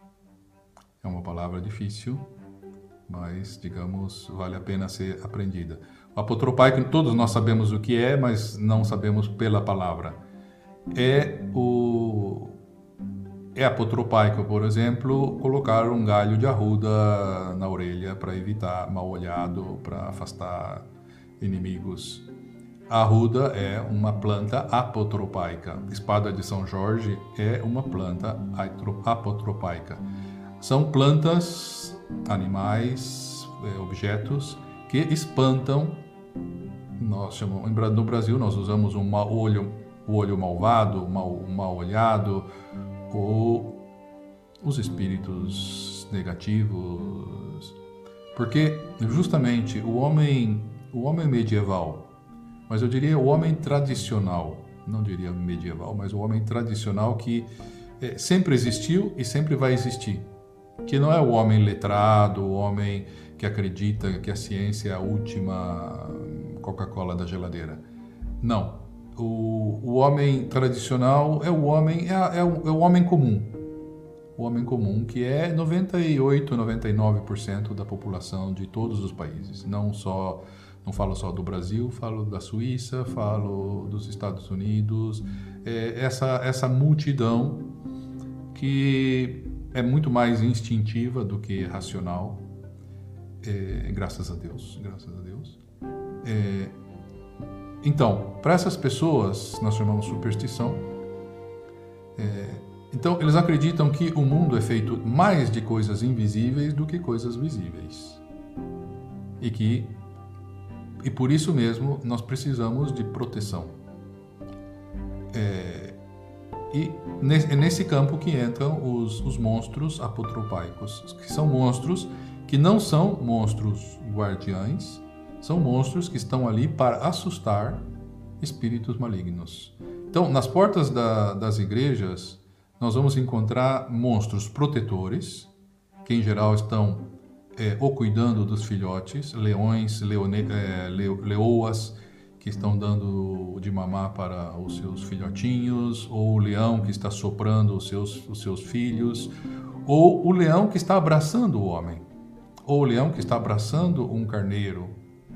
É uma palavra difícil, mas, digamos, vale a pena ser aprendida. O apotropaico, todos nós sabemos o que é, mas não sabemos pela palavra. É o é apotropaico, por exemplo, colocar um galho de arruda na orelha para evitar mal olhado, para afastar inimigos. A arruda é uma planta apotropaica. Espada de São Jorge é uma planta apotropaica. São plantas, animais, objetos que espantam. Nós chamamos, no Brasil nós usamos um olho, o olho malvado, mal, mal olhado, ou os espíritos negativos, porque justamente o homem, o homem medieval, mas eu diria o homem tradicional, não diria medieval, mas o homem tradicional que é, sempre existiu e sempre vai existir, que não é o homem letrado, o homem que acredita que a ciência é a última Coca-Cola da geladeira. Não. O, o homem tradicional é o homem, é, é, o, é o homem comum. O homem comum, que é noventa e oito, noventa e nove por cento da população de todos os países. Não só, não falo só do Brasil, falo da Suíça, falo dos Estados Unidos. É essa, essa multidão que é muito mais instintiva do que racional. É, graças a Deus, graças a Deus. É, então, para essas pessoas, nós chamamos superstição. É, então, eles acreditam que o mundo é feito mais de coisas invisíveis do que coisas visíveis. E que, e por isso mesmo, nós precisamos de proteção. É, e é nesse campo que entram os, os monstros apotropaicos, que são monstros que não são monstros guardiães, são monstros que estão ali para assustar espíritos malignos. Então, nas portas da, das igrejas, nós vamos encontrar monstros protetores, que em geral estão é, ou cuidando dos filhotes, leões, leone, é, leo, leoas, que estão dando de mamar para os seus filhotinhos, ou o leão que está soprando os seus, os seus filhos, ou o leão que está abraçando o homem, ou o leão que está abraçando um carneiro.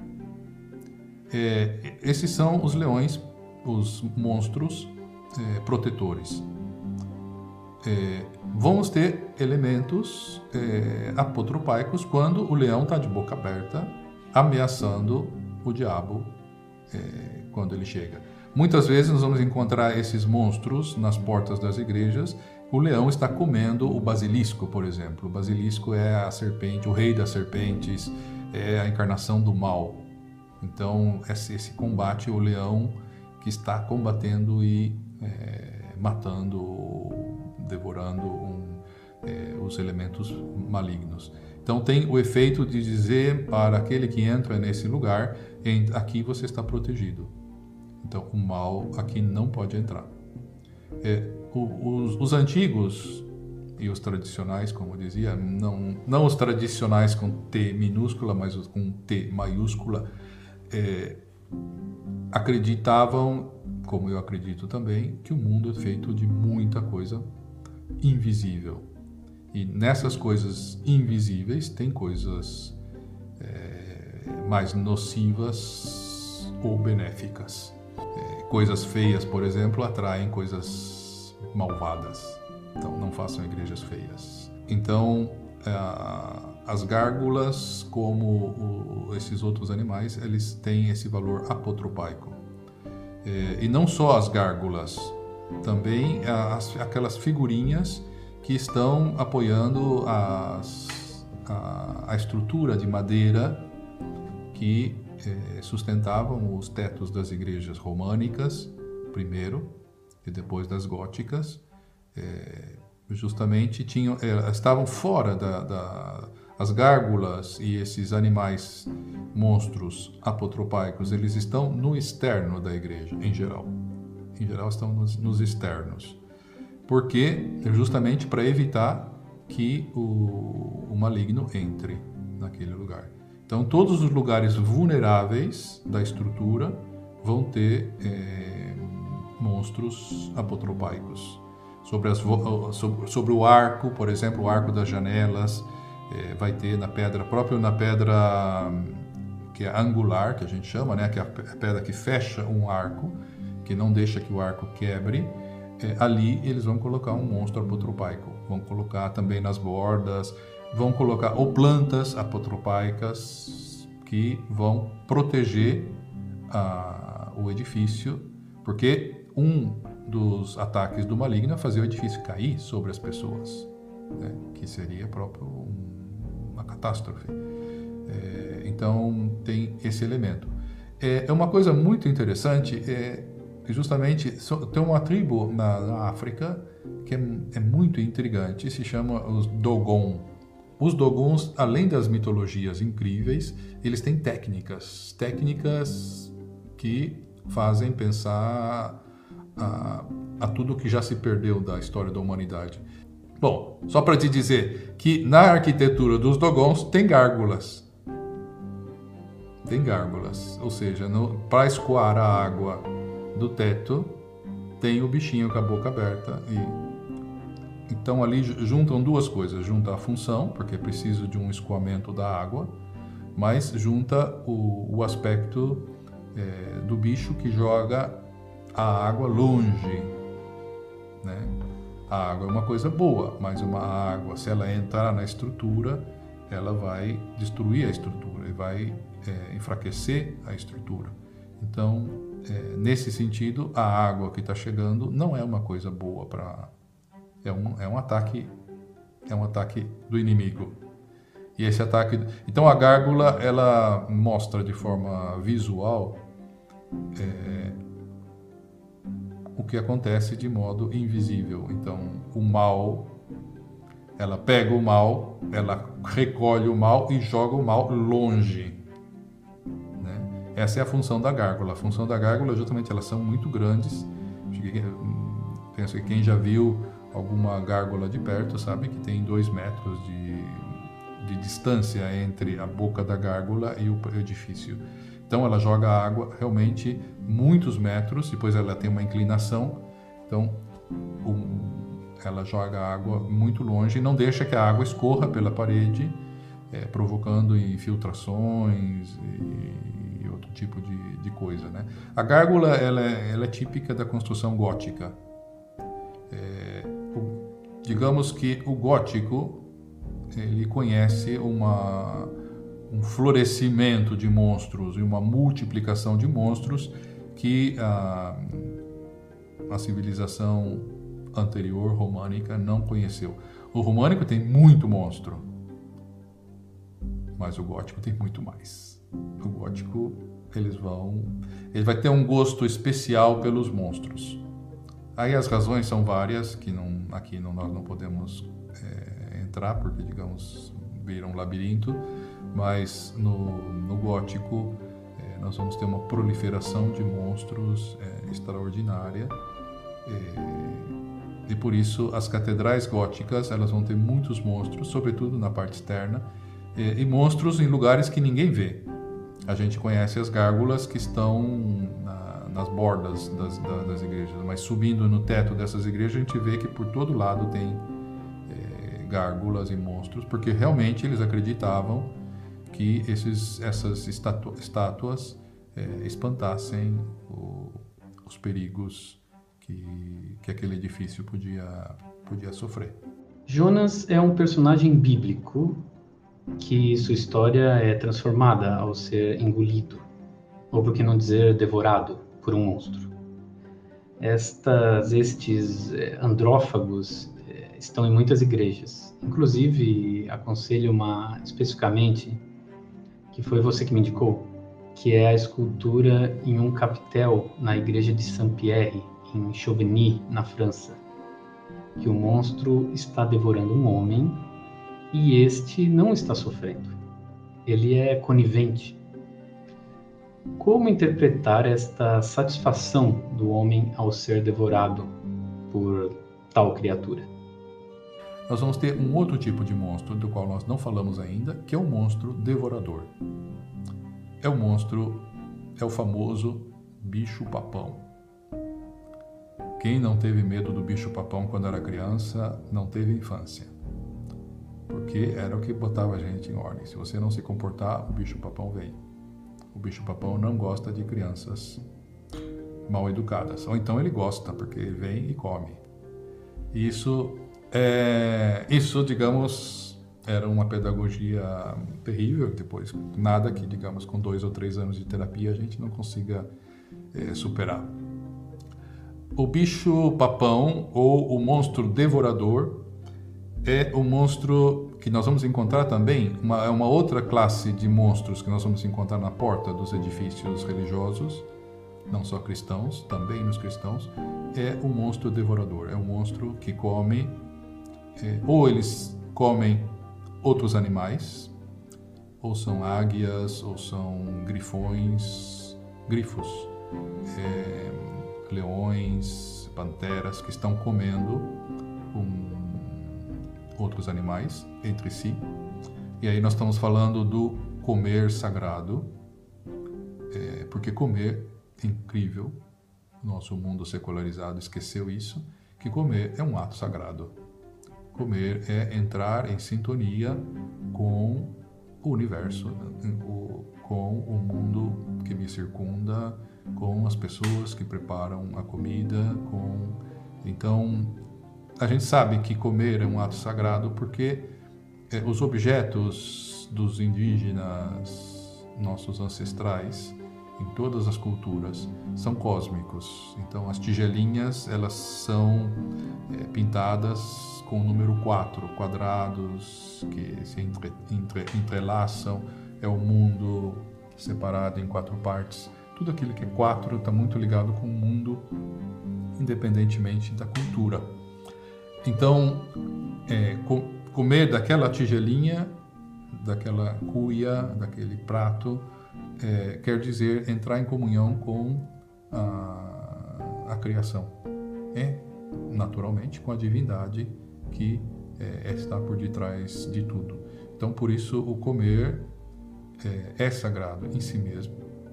É, esses são os leões, os monstros é, protetores. É, vamos ter elementos é, apotropaicos quando o leão está de boca aberta, ameaçando o diabo é, quando ele chega. Muitas vezes nós vamos encontrar esses monstros nas portas das igrejas o leão está comendo o basilisco, por exemplo. O basilisco é a serpente, o rei das serpentes, é a encarnação do mal. Então, esse, esse combate, o leão que está combatendo e é, matando, devorando um, é, os elementos malignos. Então, tem o efeito de dizer para aquele que entra nesse lugar, aqui você está protegido. Então, o mal aqui não pode entrar. É, os, os antigos e os tradicionais, como eu dizia, não, não os tradicionais com T minúscula, mas os com T maiúscula, é, acreditavam, como eu acredito também, que o mundo é feito de muita coisa invisível. E nessas coisas invisíveis tem coisas é, mais nocivas ou benéficas. É, coisas feias, por exemplo, atraem coisas malvadas. Então, não façam igrejas feias. Então, as gárgulas, como esses outros animais, eles têm esse valor apotropaico. E não só as gárgulas, também as, aquelas figurinhas que estão apoiando as, a, a estrutura de madeira que eh, sustentavam os tetos das igrejas românicas, primeiro, e depois das góticas. É, justamente tinham, é, estavam fora da, da, as gárgulas e esses animais, monstros apotropaicos, eles estão no externo da igreja, em geral. Em geral estão nos, nos externos. Porque justamente para evitar que o, o maligno entre naquele lugar. Então todos os lugares vulneráveis da estrutura vão ter é, monstros apotropaicos. Sobre, as, sobre, sobre o arco, por exemplo, o arco das janelas, é, vai ter na pedra, próprio na pedra que é angular, que a gente chama, né, que é a pedra que fecha um arco, que não deixa que o arco quebre, é, ali eles vão colocar um monstro apotropaico. Vão colocar também nas bordas, vão colocar ou plantas apotropaicas que vão proteger a, o edifício, porque um dos ataques do maligno é fazer o edifício cair sobre as pessoas, né? Que seria próprio uma catástrofe. É, então tem esse elemento. É, é uma coisa muito interessante, é, justamente tem uma tribo na, na África que é, é muito intrigante, se chama os Dogon. Os Dogons, além das mitologias incríveis, eles têm técnicas, técnicas que fazem pensar A, a tudo que já se perdeu da história da humanidade. Bom, só para te dizer que na arquitetura dos Dogons tem gárgulas. Tem gárgulas, ou seja, para escoar a água do teto, tem o bichinho com a boca aberta. E, então ali juntam duas coisas, junta a função, porque é preciso de um escoamento da água, mas junta o, o aspecto é, do bicho que joga a água longe, né? A água é uma coisa boa, mas uma água, se ela entrar na estrutura, ela vai destruir a estrutura e vai é, enfraquecer a estrutura. Então, é, nesse sentido, a água que está chegando não é uma coisa boa para é um é um ataque é um ataque do inimigo. E esse ataque, então a gárgula ela mostra de forma visual é, o que acontece de modo invisível. Então, o mal, ela pega o mal, ela recolhe o mal e joga o mal longe, né? Essa é a função da gárgula. A função da gárgula, justamente, elas são muito grandes. Penso que quem já viu alguma gárgula de perto sabe que tem dois metros de, de distância entre a boca da gárgula e o edifício. Então ela joga água realmente muitos metros, depois ela tem uma inclinação, então um, ela joga água muito longe e não deixa que a água escorra pela parede, é, provocando infiltrações e, e outro tipo de, de coisa, né? A gárgula ela é, ela é típica da construção gótica. É, o, digamos que o gótico ele conhece uma um florescimento de monstros e uma multiplicação de monstros que a, a civilização anterior românica não conheceu. O românico tem muito monstro, mas o gótico tem muito mais. O gótico, eles vão, ele vai ter um gosto especial pelos monstros. Aí as razões são várias, que não, aqui não, nós não podemos é, entrar, porque, digamos, vira um labirinto, mas no, no gótico é, nós vamos ter uma proliferação de monstros é, extraordinária. É, e por isso as catedrais góticas elas vão ter muitos monstros, sobretudo na parte externa, e, e monstros em lugares que ninguém vê. A gente conhece as gárgulas que estão na, nas bordas das, das, das igrejas, mas subindo no teto dessas igrejas a gente vê que por todo lado tem é, gárgulas e monstros, porque realmente eles acreditavam que esses, essas estatu, estátuas é, espantassem o, os perigos que, que aquele edifício podia, podia sofrer. Jonas é um personagem bíblico que sua história é transformada ao ser engolido, ou por que não dizer devorado, por um monstro. Estas, estes andrófagos estão em muitas igrejas. Inclusive, aconselho uma especificamente, que foi você que me indicou, que é a escultura em um capitel na igreja de Saint-Pierre, em Chauvigny, na França, que o monstro está devorando um homem e este não está sofrendo. Ele é conivente. Como interpretar esta satisfação do homem ao ser devorado por tal criatura? Nós vamos ter um outro tipo de monstro, do qual nós não falamos ainda, que é o monstro devorador. É o monstro, é o famoso bicho-papão. Quem não teve medo do bicho-papão quando era criança, não teve infância. Porque era o que botava a gente em ordem. Se você não se comportar, o bicho-papão vem. O bicho-papão não gosta de crianças mal educadas. Ou então ele gosta, porque ele vem e come. Isso, é, isso digamos, era uma pedagogia terrível. Depois, nada que, digamos, com dois ou três anos de terapia a gente não consiga é, superar. O bicho-papão ou o monstro devorador é o monstro que nós vamos encontrar também, uma, é uma outra classe de monstros que nós vamos encontrar na porta dos edifícios religiosos, não só cristãos, também nos cristãos, é o monstro devorador. É um monstro que come, é, ou eles comem outros animais, ou são águias, ou são grifões, grifos, é, leões, panteras, que estão comendo um outros animais entre si. E aí nós estamos falando do comer sagrado, é, porque comer é incrível. O nosso mundo secularizado esqueceu isso, que comer é um ato sagrado. Comer é entrar em sintonia com o universo, com o mundo que me circunda, com as pessoas que preparam a comida, com... Então, a gente sabe que comer é um ato sagrado porque é, os objetos dos indígenas, nossos ancestrais, em todas as culturas, são cósmicos. Então, as tigelinhas, elas são é, pintadas com o número quatro, quadrados que se entre, entre, entrelaçam, é o mundo separado em quatro partes. Tudo aquilo que é quatro está muito ligado com o mundo, independentemente da cultura. Então, é, com, comer daquela tigelinha, daquela cuia, daquele prato, é, quer dizer entrar em comunhão com a, a criação. É, naturalmente, com a divindade que é, está por detrás de tudo. Então, por isso, o comer é, é sagrado em si mesmo.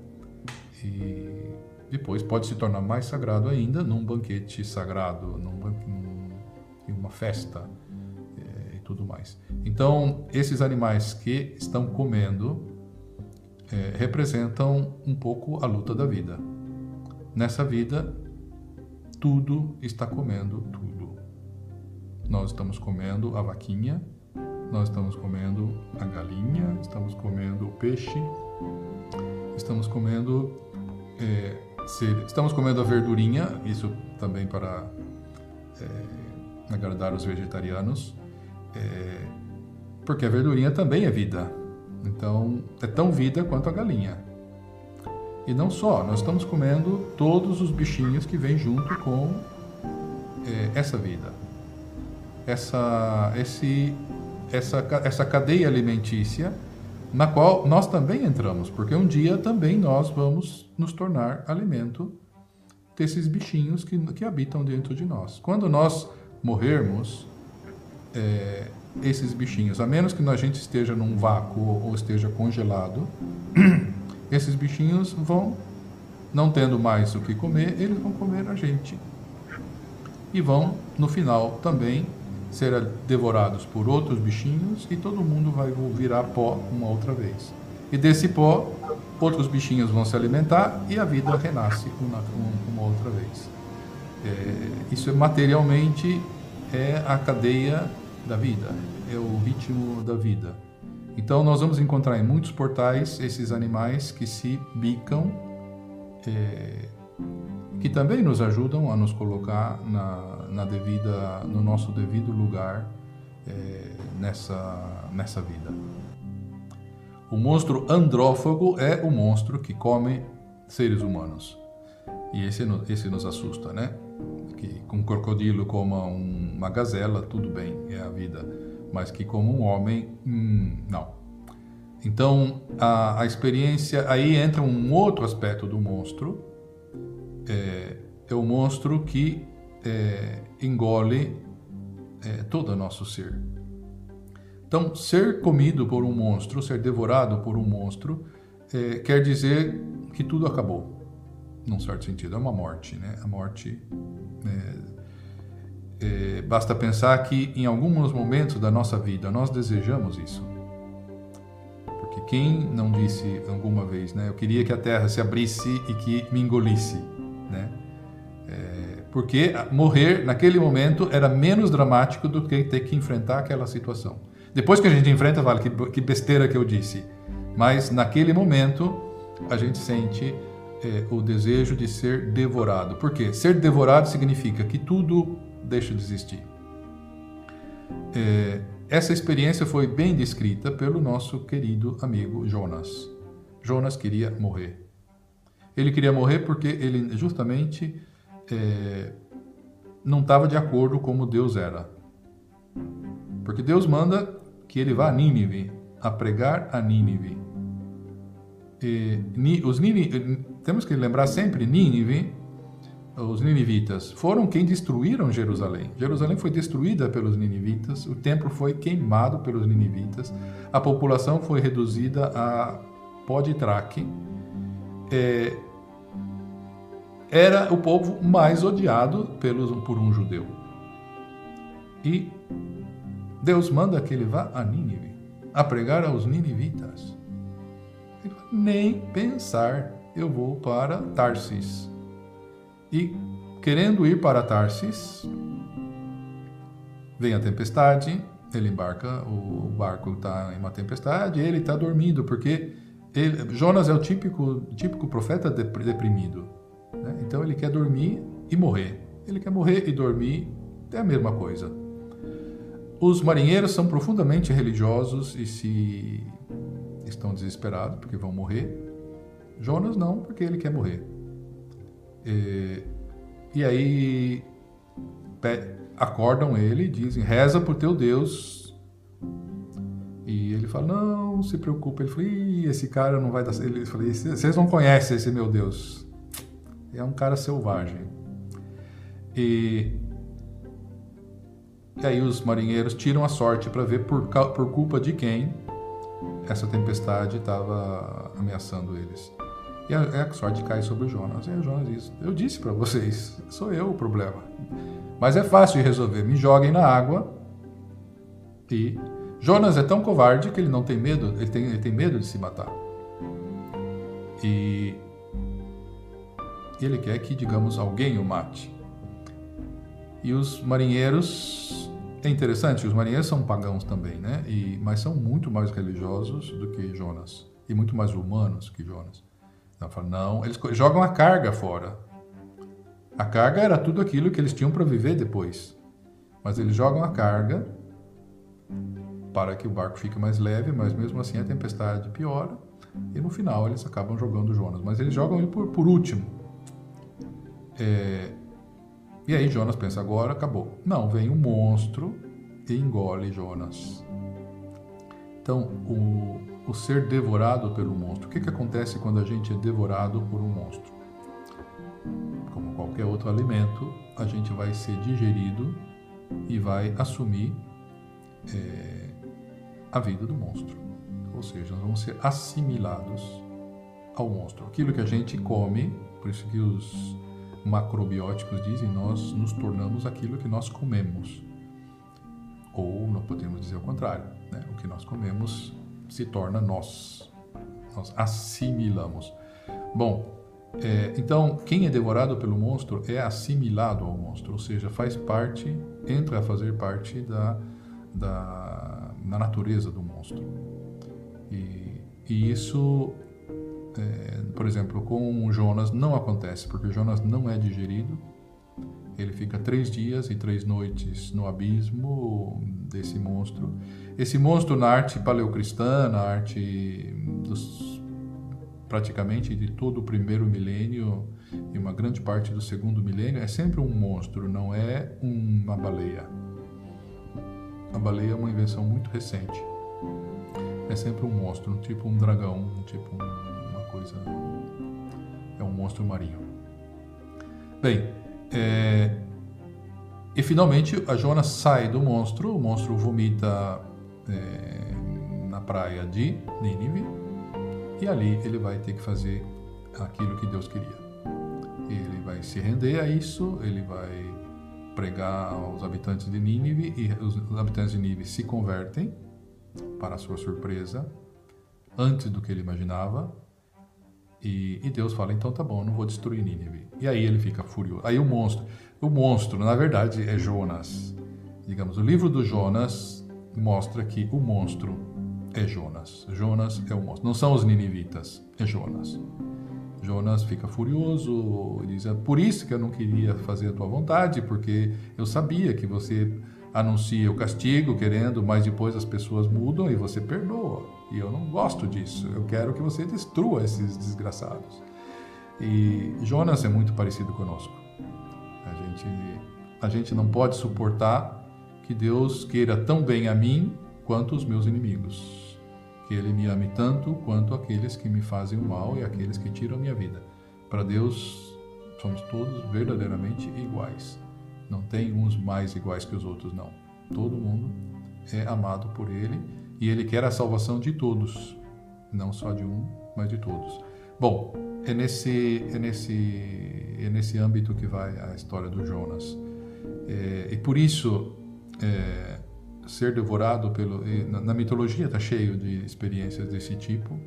E depois pode se tornar mais sagrado ainda num banquete sagrado, num banquete, em uma festa é, e tudo mais. Então, esses animais que estão comendo é, representam um pouco a luta da vida. Nessa vida, tudo está comendo tudo. Nós estamos comendo a vaquinha, nós estamos comendo a galinha, estamos comendo o peixe, estamos comendo, é, estamos comendo a verdurinha, isso também para é, agradar os vegetarianos, é, porque a verdurinha também é vida. Então, é tão vida quanto a galinha. E não só, nós estamos comendo todos os bichinhos que vêm junto com é, essa vida. Essa, esse, essa, essa cadeia alimentícia na qual nós também entramos, porque um dia também nós vamos nos tornar alimento desses bichinhos que, que habitam dentro de nós. Quando nós morrermos, é, esses bichinhos, a menos que a gente esteja num vácuo ou esteja congelado, esses bichinhos vão, não tendo mais o que comer, eles vão comer a gente. E vão, no final, também ser devorados por outros bichinhos e todo mundo vai virar pó uma outra vez. E desse pó, outros bichinhos vão se alimentar e a vida renasce uma, uma outra vez. É, isso é, materialmente é a cadeia da vida, é o ritmo da vida. Então nós vamos encontrar em muitos portais esses animais que se bicam, é, que também nos ajudam a nos colocar na, na devida, no nosso devido lugar é, nessa, nessa vida. O monstro andrófago é o monstro que come seres humanos. E esse, esse nos assusta, né? Que um crocodilo coma um, uma gazela, tudo bem, é a vida. Mas que como um homem, hum, não. Então, a, a experiência, aí entra um outro aspecto do monstro, é, é o monstro que é, engole é, todo o nosso ser. Então, ser comido por um monstro, ser devorado por um monstro, é, quer dizer que tudo acabou, num certo sentido. É uma morte, né? A morte... É, é, basta pensar que em alguns momentos da nossa vida nós desejamos isso. Porque quem não disse alguma vez, né? Eu queria que a terra se abrisse e que me engolisse, né? É, porque morrer naquele momento era menos dramático do que ter que enfrentar aquela situação. Depois que a gente enfrenta, vale, que, que besteira que eu disse. Mas naquele momento a gente sente é, o desejo de ser devorado. Por quê? Ser devorado significa que tudo deixa de existir. É, essa experiência foi bem descrita pelo nosso querido amigo Jonas. Jonas queria morrer. Ele queria morrer porque ele justamente é, não estava de acordo com como Deus era. Porque Deus manda que ele vá a Nínive, a pregar a Nínive. E, os Nínive, temos que lembrar sempre, Nínive, os ninivitas, foram quem destruíram Jerusalém. Jerusalém foi destruída pelos ninivitas, o templo foi queimado pelos ninivitas, a população foi reduzida a pó de traque. É, era o povo mais odiado pelos, por um judeu. E Deus manda que ele vá a Nínive, a pregar aos ninivitas. Nem pensar, eu vou para Tarsis. E, querendo ir para Tarsis, vem a tempestade, ele embarca, o barco está em uma tempestade, ele está dormindo, porque ele, Jonas é o típico, típico profeta deprimido, né? Então ele quer dormir e morrer. Ele quer morrer e dormir, é a mesma coisa. Os marinheiros são profundamente religiosos e se estão desesperados porque vão morrer. Jonas não, porque ele quer morrer. E, e aí acordam ele e dizem, reza por teu Deus. E ele fala, não, não se preocupa. Ele fala, Ih, esse cara não vai dar... Ele fala, vocês não conhecem esse meu Deus. É um cara selvagem. E... E aí os marinheiros tiram a sorte para ver por, por culpa de quem essa tempestade estava ameaçando eles. E a, a sorte cai sobre o Jonas. E aí o Jonas diz, eu disse para vocês, sou eu o problema. Mas é fácil de resolver, me joguem na água. E Jonas é tão covarde que ele não tem medo, ele tem, ele tem medo de se matar. E ele quer que, digamos, alguém o mate. E os marinheiros, é interessante, os marinheiros são pagãos também, né? E, mas são muito mais religiosos do que Jonas. E muito mais humanos que Jonas. Então, fala, não, eles jogam a carga fora. A carga era tudo aquilo que eles tinham para viver depois. Mas eles jogam a carga para que o barco fique mais leve, mas mesmo assim a tempestade piora. E no final eles acabam jogando Jonas. Mas eles jogam ele por, por último. É... E aí Jonas pensa, agora acabou. Não, vem um monstro e engole Jonas. Então, o, o ser devorado pelo monstro. O que, que acontece quando a gente é devorado por um monstro? Como qualquer outro alimento, a gente vai ser digerido e vai assumir é, a vida do monstro. Ou seja, nós vamos ser assimilados ao monstro. Aquilo que a gente come, por isso que os macrobióticos dizem, nós nos tornamos aquilo que nós comemos. Ou nós podemos dizer o contrário, né? O que nós comemos se torna nós. Nós assimilamos. Bom, é, então quem é devorado pelo monstro é assimilado ao monstro, ou seja, faz parte, entra a fazer parte da, da, da natureza do monstro. E, e isso, é, por exemplo, com Jonas não acontece, porque Jonas não é digerido. Ele fica três dias e três noites no abismo desse monstro. Esse monstro, na arte paleocristã, na arte dos, praticamente de todo o primeiro milênio e uma grande parte do segundo milênio, é sempre um monstro, não é uma baleia. A baleia é uma invenção muito recente. É sempre um monstro, um tipo um dragão, um tipo uma coisa... É um monstro marinho. Bem... É, e finalmente a Jonas sai do monstro, o monstro vomita é, na praia de Nínive e ali ele vai ter que fazer aquilo que Deus queria. Ele vai se render a isso, ele vai pregar aos habitantes de Nínive e os habitantes de Nínive se convertem, para a sua surpresa, antes do que ele imaginava. E, e Deus fala, então tá bom, eu não vou destruir Nínive. E aí ele fica furioso. Aí o monstro, o monstro, na verdade, é Jonas. Digamos, o livro do Jonas mostra que o monstro é Jonas. Jonas é o monstro. Não são os ninivitas, é Jonas. Jonas fica furioso e diz, é por isso que eu não queria fazer a tua vontade, porque eu sabia que você anuncia o castigo querendo, mas depois as pessoas mudam e você perdoa. E eu não gosto disso. Eu quero que você destrua esses desgraçados. E Jonas é muito parecido conosco. A gente, a gente não pode suportar que Deus queira tão bem a mim quanto os meus inimigos. Que Ele me ame tanto quanto aqueles que me fazem o mal e aqueles que tiram a minha vida. Para Deus, somos todos verdadeiramente iguais. Não tem uns mais iguais que os outros, não. Todo mundo é amado por Ele e Ele quer a salvação de todos, não só de um, mas de todos. Bom, é nesse, é nesse, é nesse âmbito que vai a história do Jonas. É, e por isso, é, ser devorado pelo... Na, na mitologia está cheio de experiências desse tipo.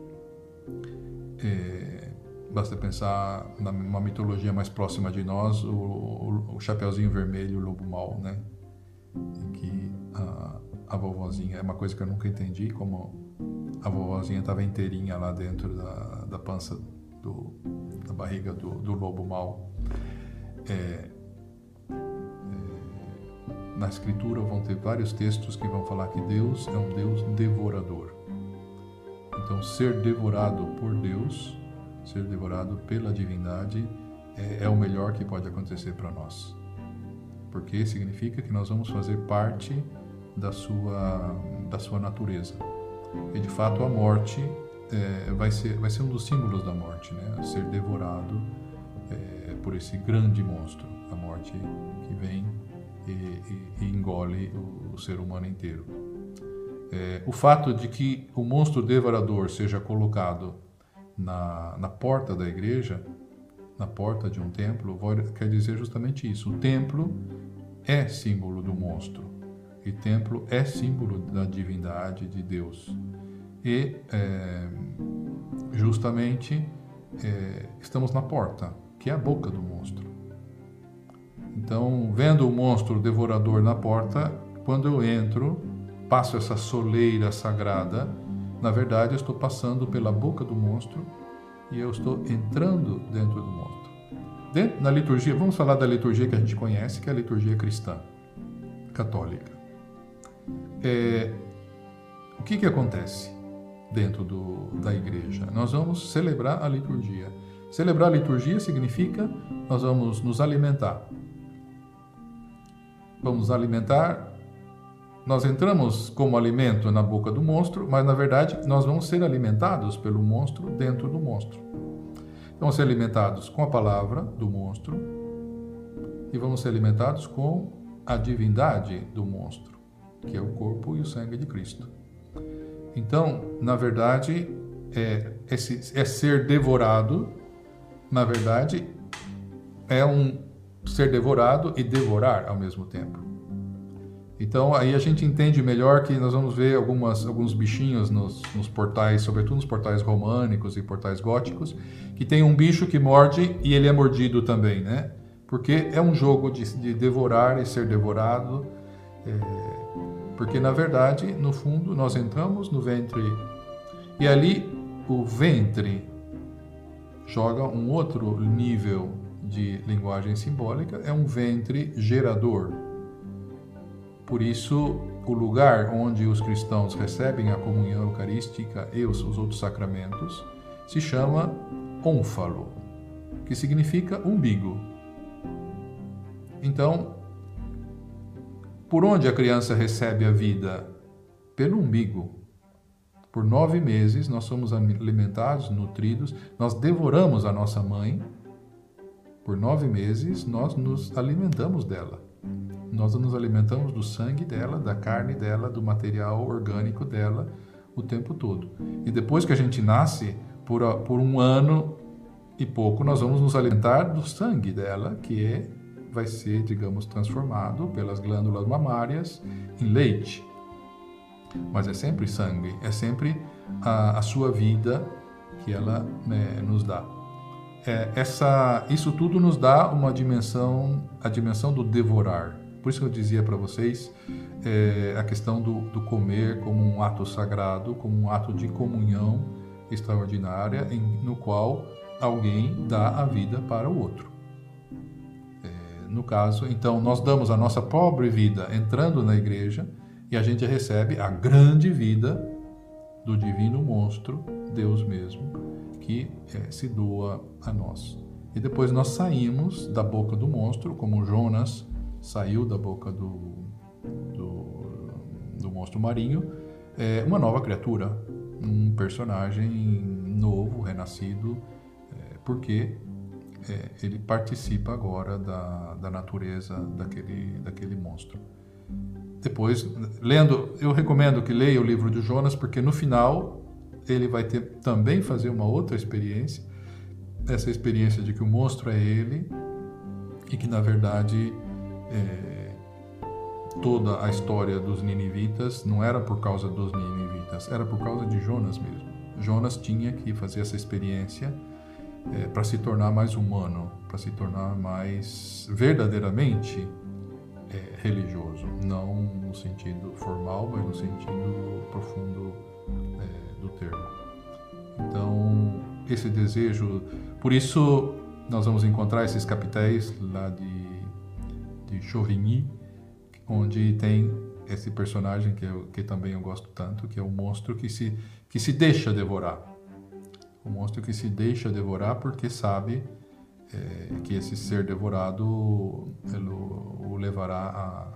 É, basta pensar numa mitologia mais próxima de nós, o, o, o Chapeuzinho Vermelho, o Lobo Mau, né? Em que a, a vovozinha, é uma coisa que eu nunca entendi, como a vovozinha estava inteirinha lá dentro da, da pança, do, da barriga do, do Lobo Mau. É, é, na escritura vão ter vários textos que vão falar que Deus é um Deus devorador. Então, ser devorado por Deus, ser devorado pela divindade, é, é o melhor que pode acontecer para nós. Porque significa que nós vamos fazer parte da sua, da sua natureza. E, de fato, a morte é, vai, ser, vai ser um dos símbolos da morte, né? Ser devorado é, por esse grande monstro, a morte que vem e, e, e engole o, o ser humano inteiro. É, o fato de que o monstro devorador seja colocado na, na porta da igreja, na porta de um templo, quer dizer justamente isso. O templo é símbolo do monstro. E templo é símbolo da divindade de Deus. E é, justamente é, estamos na porta, que é a boca do monstro. Então, vendo o monstro devorador na porta, quando eu entro, passo essa soleira sagrada, na verdade eu estou passando pela boca do monstro e eu estou entrando dentro do monstro. Dentro, na liturgia, vamos falar da liturgia que a gente conhece, que é a liturgia cristã, católica. É, o que que acontece dentro do, da igreja? Nós vamos celebrar a liturgia. Celebrar a liturgia significa nós vamos nos alimentar. Vamos nos alimentar. Nós entramos como alimento na boca do monstro, mas na verdade nós vamos ser alimentados pelo monstro dentro do monstro. Vamos ser alimentados com a palavra do monstro e vamos ser alimentados com a divindade do monstro, que é o corpo e o sangue de Cristo. Então, na verdade, é, esse, é ser devorado, na verdade, é um ser devorado e devorar ao mesmo tempo. Então, aí a gente entende melhor que nós vamos ver algumas, alguns bichinhos nos, nos portais, sobretudo nos portais românicos e portais góticos, que tem um bicho que morde e ele é mordido também, né? Porque é um jogo de, de devorar e ser devorado, é, porque, na verdade, no fundo, nós entramos no ventre e ali o ventre joga um outro nível de linguagem simbólica, é um ventre gerador. Por isso, o lugar onde os cristãos recebem a comunhão eucarística e os, os outros sacramentos se chama ônfalo, que significa umbigo. Então, por onde a criança recebe a vida? Pelo umbigo. Por nove meses nós somos alimentados, nutridos, nós devoramos a nossa mãe. Por nove meses nós nos alimentamos dela. Nós nos alimentamos do sangue dela, da carne dela, do material orgânico dela o tempo todo. E depois que a gente nasce, por, por um ano e pouco, nós vamos nos alimentar do sangue dela, que é, vai ser, digamos, transformado pelas glândulas mamárias em leite. Mas é sempre sangue, é sempre a, a sua vida que ela, né, nos dá. É, essa, isso tudo nos dá uma dimensão, a dimensão do devorar. Por isso que eu dizia para vocês é, a questão do, do comer como um ato sagrado, como um ato de comunhão extraordinária, em, no qual alguém dá a vida para o outro. É, no caso, então, nós damos a nossa pobre vida entrando na igreja e a gente recebe a grande vida do divino monstro, Deus mesmo, que é, se doa a nós. E depois nós saímos da boca do monstro, como Jonas saiu da boca do, do, do monstro marinho, é uma nova criatura, um personagem novo, renascido, é, porque é, ele participa agora da, da natureza daquele, daquele monstro. Depois, lendo, eu recomendo que leia o livro de Jonas, porque no final ele vai ter, também fazer uma outra experiência, essa experiência de que o monstro é ele e que, na verdade, É, toda a história dos ninivitas não era por causa dos ninivitas, era por causa de Jonas mesmo. Jonas tinha que fazer essa experiência é, para se tornar mais humano, para se tornar mais verdadeiramente é, religioso, não no sentido formal, mas no sentido profundo é, do termo. Então, esse desejo, por isso nós vamos encontrar esses capitéis lá de de Chauvigny, onde tem esse personagem que, eu, que também eu gosto tanto, que é o monstro que se, que se deixa devorar. O monstro que se deixa devorar porque sabe é, que esse ser devorado ele, o levará a,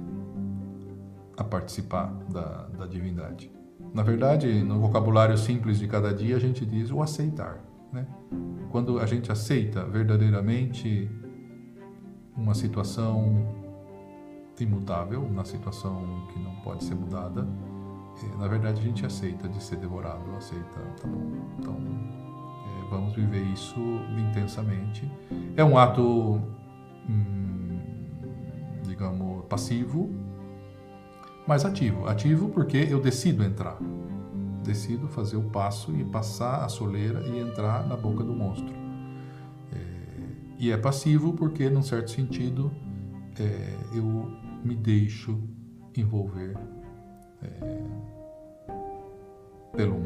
a participar da, da divindade. Na verdade, no vocabulário simples de cada dia, a gente diz o aceitar, né? Quando a gente aceita verdadeiramente uma situação imutável, uma situação que não pode ser mudada, é, na verdade a gente aceita de ser devorado, aceita, tá bom, então é, vamos viver isso intensamente. É um ato, hum, digamos, passivo, mas ativo. Ativo porque eu decido entrar, decido fazer o passo e passar a soleira e entrar na boca do monstro. E é passivo porque, num certo sentido, é, eu me deixo envolver é, pelo monstro.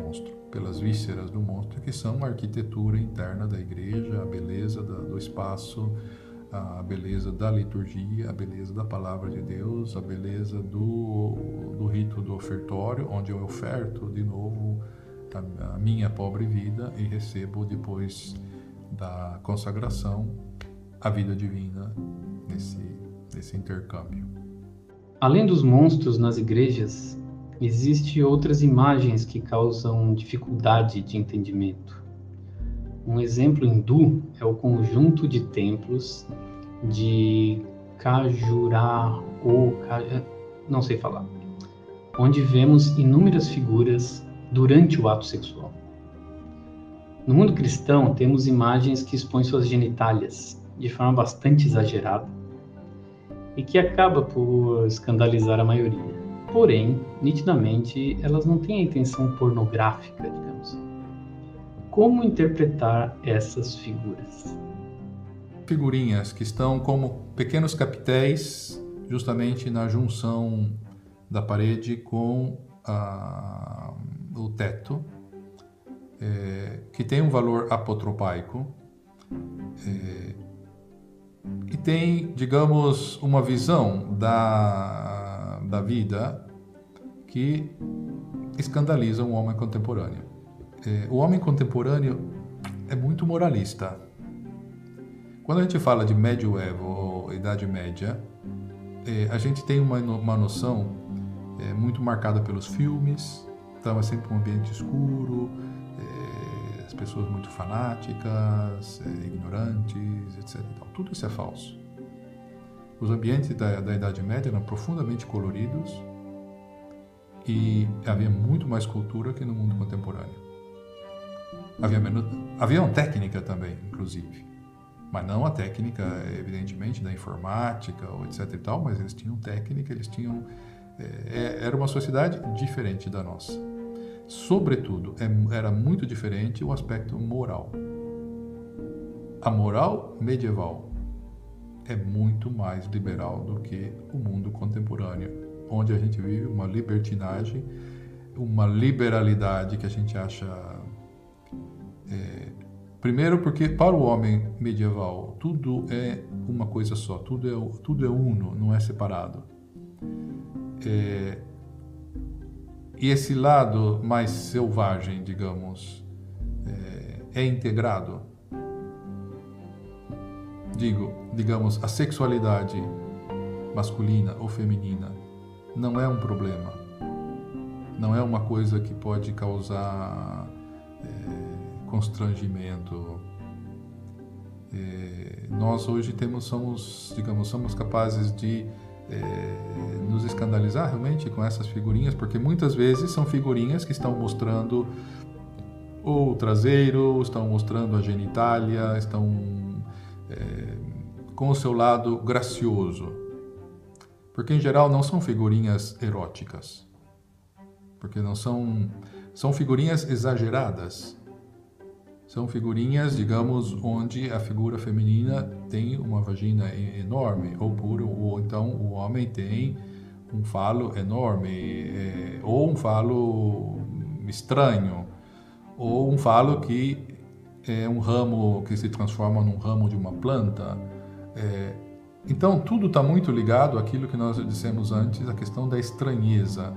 pelas vísceras do monstro, que são a arquitetura interna da igreja, a beleza da, do espaço, a beleza da liturgia, a beleza da palavra de Deus, a beleza do, do rito do ofertório, onde eu oferto de novo a, a minha pobre vida e recebo depois da consagração a vida divina nesse, nesse intercâmbio. Além dos monstros nas igrejas, existem outras imagens que causam dificuldade de entendimento. Um exemplo hindu é o conjunto de templos de Khajuraho, ou não sei falar, onde vemos inúmeras figuras durante o ato sexual. No mundo cristão, temos imagens que expõem suas genitálias de forma bastante exagerada e que acaba por escandalizar a maioria. Porém, nitidamente, elas não têm a intenção pornográfica, digamos. Como interpretar essas figuras? Figurinhas que estão como pequenos capitéis, justamente na junção da parede com a, o teto, é, que tem um valor apotropaico, é, e tem, digamos, uma visão da, da vida que escandaliza o homem contemporâneo. É, o homem contemporâneo é muito moralista. Quando a gente fala de medieval ou Idade Média, é, a gente tem uma, uma noção é, muito marcada pelos filmes, então é sempre um ambiente escuro, é, as pessoas muito fanáticas, é, ignorantes, etcétera. Então, tudo isso é falso. Os ambientes da, da Idade Média eram profundamente coloridos e havia muito mais cultura que no mundo contemporâneo. Havia, menos, havia uma técnica também, inclusive, mas não a técnica, evidentemente, da informática, ou etc e tal, mas eles tinham técnica, eles tinham... É, era uma sociedade diferente da nossa. Sobretudo, é, era muito diferente o aspecto moral. A moral medieval é muito mais liberal do que o mundo contemporâneo, onde a gente vive uma libertinagem, uma liberalidade que a gente acha... É, primeiro porque para o homem medieval tudo é uma coisa só, tudo é, tudo é uno, não é separado. É, e esse lado mais selvagem, digamos, é, é integrado. Digo, digamos, a sexualidade masculina ou feminina não é um problema. Não é uma coisa que pode causar é, constrangimento. É, nós hoje temos, somos, digamos, somos capazes de é, nos escandalizar realmente com essas figurinhas, porque muitas vezes são figurinhas que estão mostrando o traseiro, estão mostrando a genitália, estão é, com o seu lado gracioso. Porque em geral não são figurinhas eróticas, porque não são, são figurinhas exageradas. São figurinhas, digamos, onde a figura feminina tem uma vagina enorme, ou puro, ou então o homem tem um falo enorme, é, ou um falo estranho, ou um falo que é um ramo que se transforma num ramo de uma planta. É, então, tudo está muito ligado àquilo que nós dissemos antes, a questão da estranheza.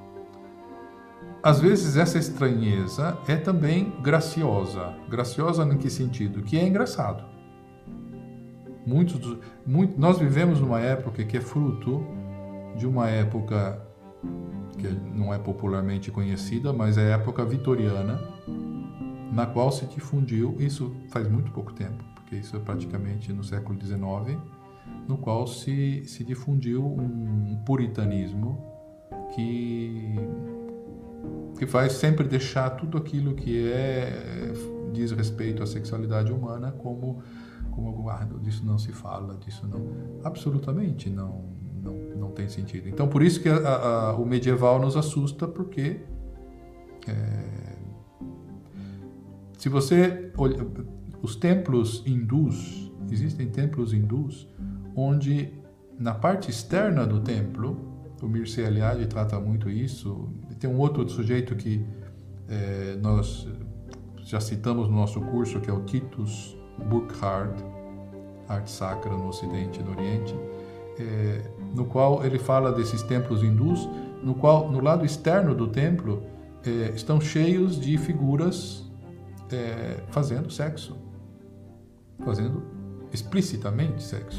Às vezes essa estranheza é também graciosa. Graciosa em que sentido? Que é engraçado. Muitos, muito, nós vivemos numa época que é fruto de uma época que não é popularmente conhecida, mas é a época vitoriana, na qual se difundiu, isso faz muito pouco tempo, porque isso é praticamente no século dezenove, no qual se, se difundiu um puritanismo que... que faz sempre deixar tudo aquilo que é, diz respeito à sexualidade humana como, como algo, ah, disso não se fala, disso não, absolutamente não, não, não tem sentido. Então, por isso que a, a, o medieval nos assusta, porque é, se você olha, os templos hindus, existem templos hindus onde na parte externa do templo, o Mircea Eliade trata muito isso. Tem um outro sujeito que É, nós já citamos no nosso curso, que é o Titus Burckhardt, Arte Sacra no Ocidente e no Oriente, é, no qual ele fala desses templos hindus, no qual, no lado externo do templo, é, estão cheios de figuras é, fazendo sexo, fazendo explicitamente sexo.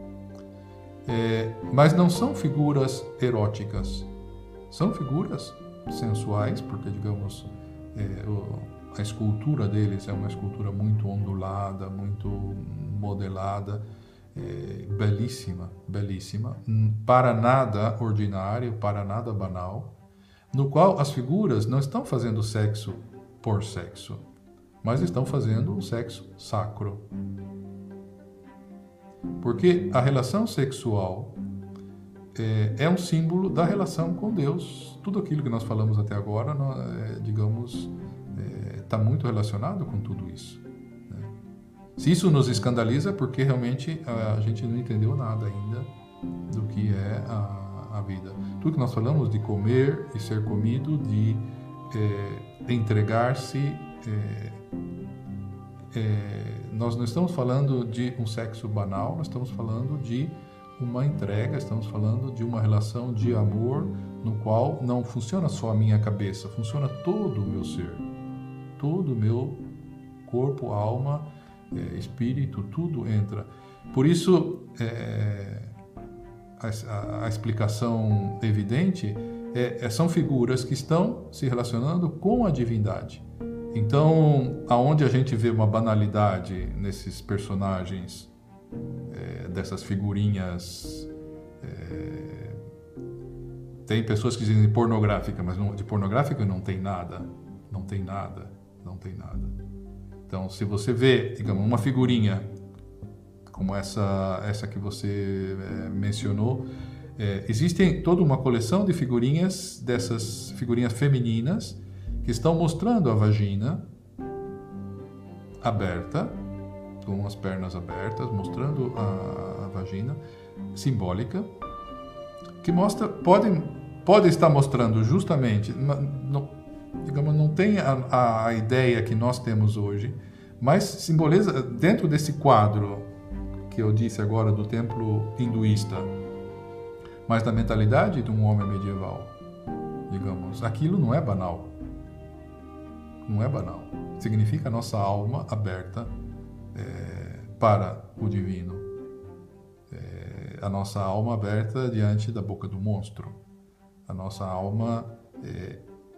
É, mas não são figuras eróticas, são figuras sensuais, porque, digamos, é, o, a escultura deles é uma escultura muito ondulada, muito modelada, é, belíssima, belíssima, para nada ordinário, para nada banal, no qual as figuras não estão fazendo sexo por sexo, mas estão fazendo um sexo sacro. Porque a relação sexual é, é um símbolo da relação com Deus. Tudo aquilo que nós falamos até agora, é, digamos, está é, muito relacionado com tudo isso. Né? Se isso nos escandaliza, é porque realmente a, a gente não entendeu nada ainda do que é a, a vida. Tudo que nós falamos de comer e ser comido, de é, entregar-se, é, é, nós não estamos falando de um sexo banal, nós estamos falando de uma entrega, estamos falando de uma relação de amor no qual não funciona só a minha cabeça, funciona todo o meu ser, todo o meu corpo, alma, é, espírito, tudo entra. Por isso, é, a, a explicação evidente é, é, são figuras que estão se relacionando com a divindade. Então, aonde a gente vê uma banalidade nesses personagens, é, dessas figurinhas, é, tem pessoas que dizem pornográfica, mas não, de pornográfica não tem nada, não tem nada, não tem nada. Então, se você vê, digamos, uma figurinha como essa, essa que você é, mencionou, é, existem toda uma coleção de figurinhas, dessas figurinhas femininas, que estão mostrando a vagina aberta, com as pernas abertas, mostrando a, a vagina simbólica, que mostra, pode, pode estar mostrando justamente, não, digamos, não tem a, a ideia que nós temos hoje, mas simboliza, dentro desse quadro que eu disse agora do templo hinduísta, mas da mentalidade de um homem medieval, digamos, aquilo não é banal. Não é banal. Significa a nossa alma aberta é, para o divino. É, a nossa alma aberta diante da boca do monstro. A nossa alma é,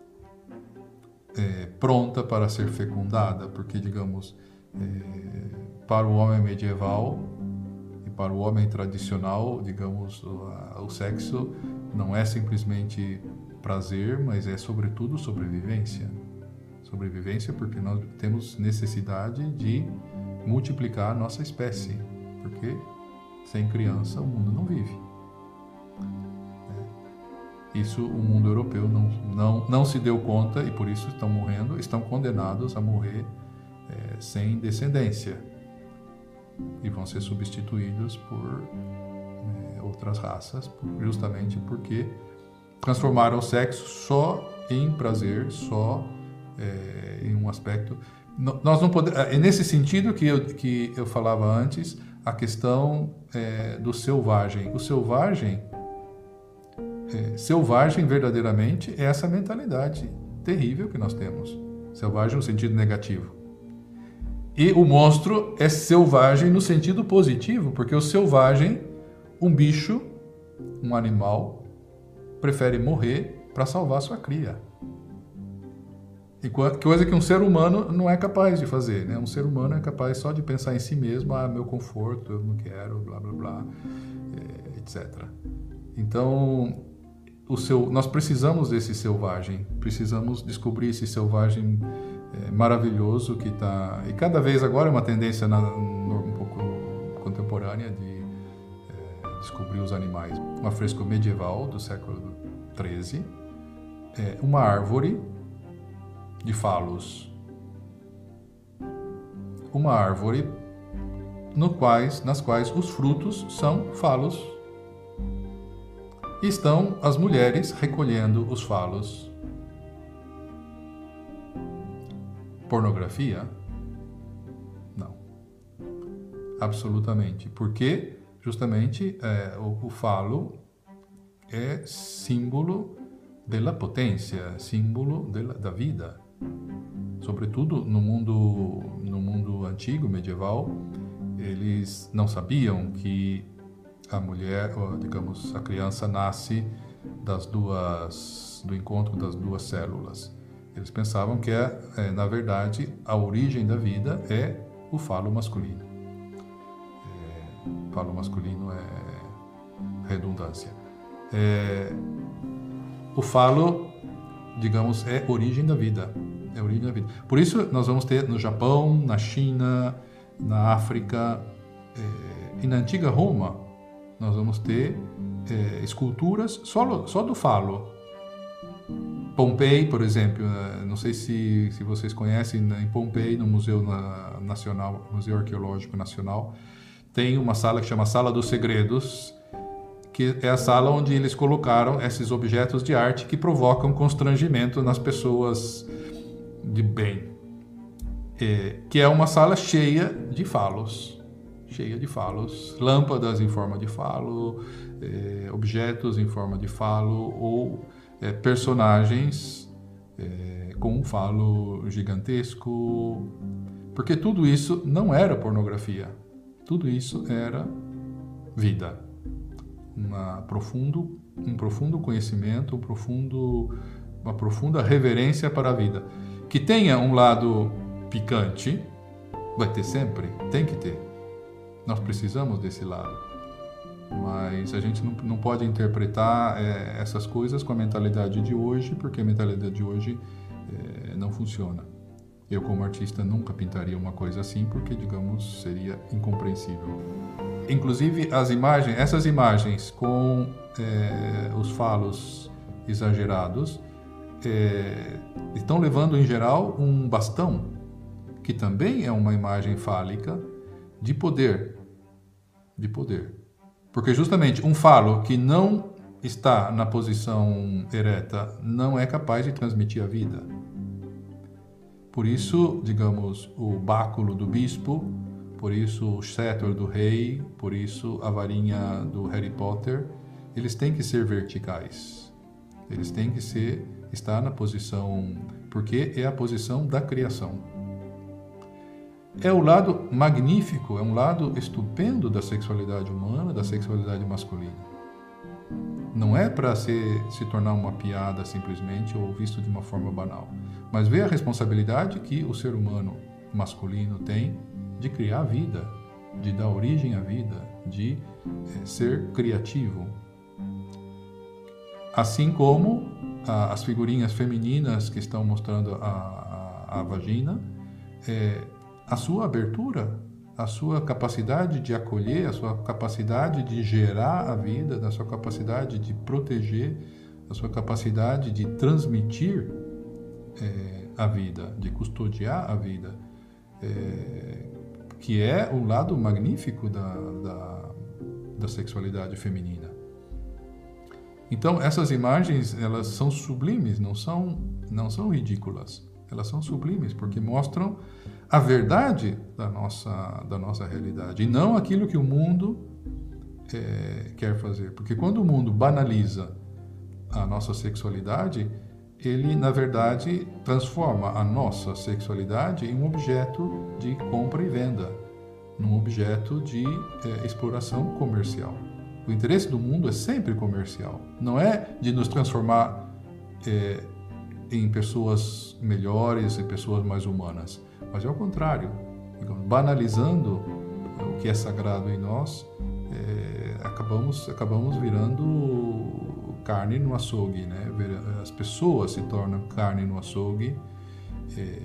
é, pronta para ser fecundada, porque, digamos, é, para o homem medieval e para o homem tradicional, digamos, o, a, o sexo não é simplesmente prazer, mas é, sobretudo, sobrevivência. Sobrevivência porque nós temos necessidade de multiplicar a nossa espécie, porque sem criança o mundo não vive. Isso o mundo europeu não, não, não se deu conta e por isso estão morrendo, estão condenados a morrer é, sem descendência e vão ser substituídos por é, outras raças, justamente porque transformaram o sexo só em prazer, só É, em um aspecto, nós não podemos, é nesse sentido que eu, que eu falava antes, a questão é, do selvagem. O selvagem, é, selvagem verdadeiramente é essa mentalidade terrível que nós temos, selvagem no sentido negativo. E o monstro é selvagem no sentido positivo, porque o selvagem, um bicho, um animal, prefere morrer para salvar sua cria. Coisa que um ser humano não é capaz de fazer, né? Um ser humano é capaz só de pensar em si mesmo, ah, meu conforto, eu não quero, blá, blá, blá, é, etcétera. Então, o seu, nós precisamos desse selvagem, precisamos descobrir esse selvagem é, maravilhoso que está... E cada vez agora é uma tendência na, no, um pouco contemporânea de é, descobrir os animais. Um afresco medieval do século treze, é, uma árvore de falos. Uma árvore no quais, nas quais os frutos são falos. E estão as mulheres recolhendo os falos. pornografia? Não. Absolutamente. Porque, justamente, é, o, o falo é símbolo da potência, símbolo de, da vida. Sobretudo no mundo, no mundo antigo, medieval, eles não sabiam que a mulher, ou, digamos, a criança nasce das duas, do encontro das duas células. Eles pensavam que, é, é, na verdade, a origem da vida é o falo masculino. É, falo masculino é redundância. É, o falo, digamos, é origem da vida. É a origem da vida. Por isso, nós vamos ter no Japão, na China, na África é, e na antiga Roma, nós vamos ter é, esculturas só, só do falo. Pompei, por exemplo, não sei se, se vocês conhecem, em Pompei, no Museu Nacional, Museu Arqueológico Nacional, tem uma sala que chama Sala dos Segredos, que é a sala onde eles colocaram esses objetos de arte que provocam constrangimento nas pessoas de bem. É, que é uma sala cheia de falos, cheia de falos, lâmpadas em forma de falo, é, objetos em forma de falo ou é, personagens é, com um falo gigantesco, porque tudo isso não era pornografia, tudo isso era vida, uma profundo, um profundo conhecimento, um profundo, uma profunda reverência para a vida. Que tenha um lado picante, vai ter sempre, tem que ter. Nós precisamos desse lado. Mas a gente não, não pode interpretar é, essas coisas com a mentalidade de hoje, porque a mentalidade de hoje é, não funciona. Eu, como artista, nunca pintaria uma coisa assim, porque, digamos, seria incompreensível. Inclusive, as imagens, essas imagens com é, os falos exagerados é, estão levando, em geral, um bastão, que também é uma imagem fálica de poder. De poder. Porque, justamente, um falo que não está na posição ereta não é capaz de transmitir a vida. Por isso, digamos, o báculo do bispo, por isso o cetro do rei, por isso a varinha do Harry Potter, eles têm que ser verticais. Eles têm que ser, estar na posição, porque é a posição da criação. É o lado magnífico, é um lado estupendo da sexualidade humana, da sexualidade masculina. Não é para se, se tornar uma piada simplesmente ou visto de uma forma banal, mas vê a responsabilidade que o ser humano masculino tem de criar vida, de dar origem à vida, de é, ser criativo. Assim como a, as figurinhas femininas que estão mostrando a, a, a vagina, é, a sua abertura, a sua capacidade de acolher, a sua capacidade de gerar a vida, a sua capacidade de proteger, a sua capacidade de transmitir é, a vida, de custodiar a vida, é, que é o lado magnífico da, da, da sexualidade feminina. Então, essas imagens, elas são sublimes, não são, não são ridículas. Elas são sublimes porque mostram a verdade da nossa, da nossa realidade e não aquilo que o mundo é, quer fazer. Porque quando o mundo banaliza a nossa sexualidade, ele, na verdade, transforma a nossa sexualidade em um objeto de compra e venda, num objeto de é, exploração comercial. O interesse do mundo é sempre comercial, não é de nos transformar é, em pessoas melhores e pessoas mais humanas, mas é o contrário, banalizando o que é sagrado em nós, é, acabamos, acabamos virando carne no açougue, né? As pessoas se tornam carne no açougue, é,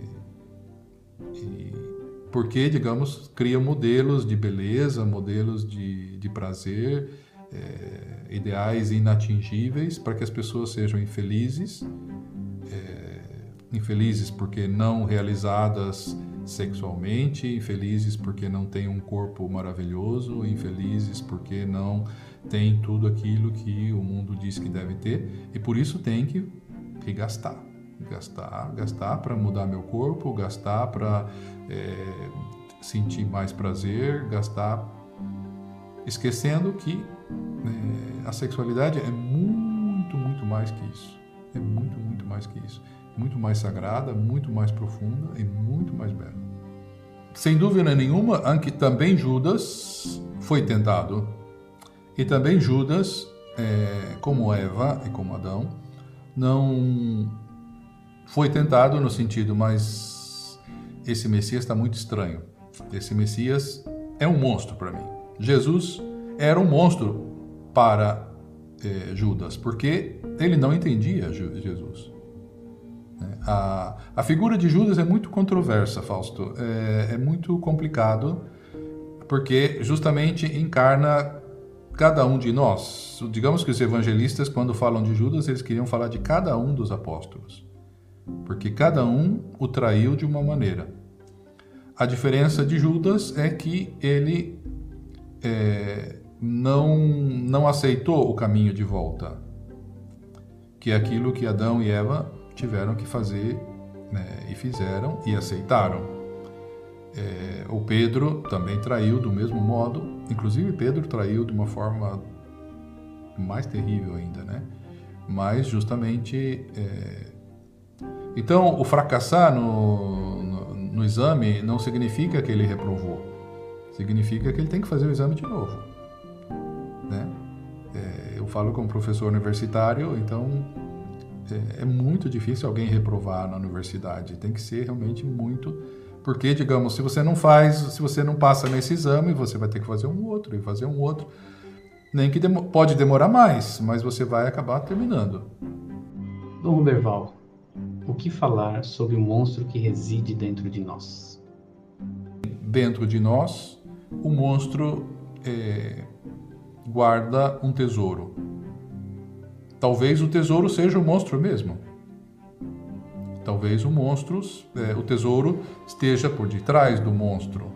e porque, digamos, cria modelos de beleza, modelos de, de prazer, é, ideais inatingíveis para que as pessoas sejam infelizes, é, infelizes porque não realizadas sexualmente, infelizes porque não têm um corpo maravilhoso, infelizes porque não têm tudo aquilo que o mundo diz que deve ter, e por isso tem que, que gastar. gastar, gastar para mudar meu corpo, gastar para é, sentir mais prazer, gastar, esquecendo que é, a sexualidade é muito, muito mais que isso. É muito, muito mais que isso. Muito mais sagrada, muito mais profunda e muito mais bela. Sem dúvida nenhuma, que também Judas foi tentado. E também Judas, é, como Eva e como Adão, não foi tentado no sentido, mas esse Messias está muito estranho. Esse Messias é um monstro para mim. Jesus era um monstro para é, Judas, porque ele não entendia Jesus. A, a figura de Judas é muito controversa, Fausto. É, é muito complicado, porque justamente encarna cada um de nós. Digamos que os evangelistas, quando falam de Judas, eles queriam falar de cada um dos apóstolos, porque cada um o traiu de uma maneira. A diferença de Judas é que ele é, não, não aceitou o caminho de volta, que é aquilo que Adão e Eva tiveram que fazer, né, e fizeram e aceitaram. É, o Pedro também traiu do mesmo modo, inclusive Pedro traiu de uma forma mais terrível ainda, né? Mas justamente... É... Então, o fracassar no, no, no exame não significa que ele reprovou, significa que ele tem que fazer o exame de novo, né? É, eu falo como professor universitário, então é, é muito difícil alguém reprovar na universidade, tem que ser realmente muito... Porque, digamos, se você não faz, se você não passa nesse exame, você vai ter que fazer um outro e fazer um outro. Nem que demo, pode demorar mais, mas você vai acabar terminando. Dom Roberval, o que falar sobre o monstro que reside dentro de nós? Dentro de nós, o monstro é, guarda um tesouro. Talvez o tesouro seja o monstro mesmo. Talvez o monstro, é, o tesouro esteja por detrás do monstro.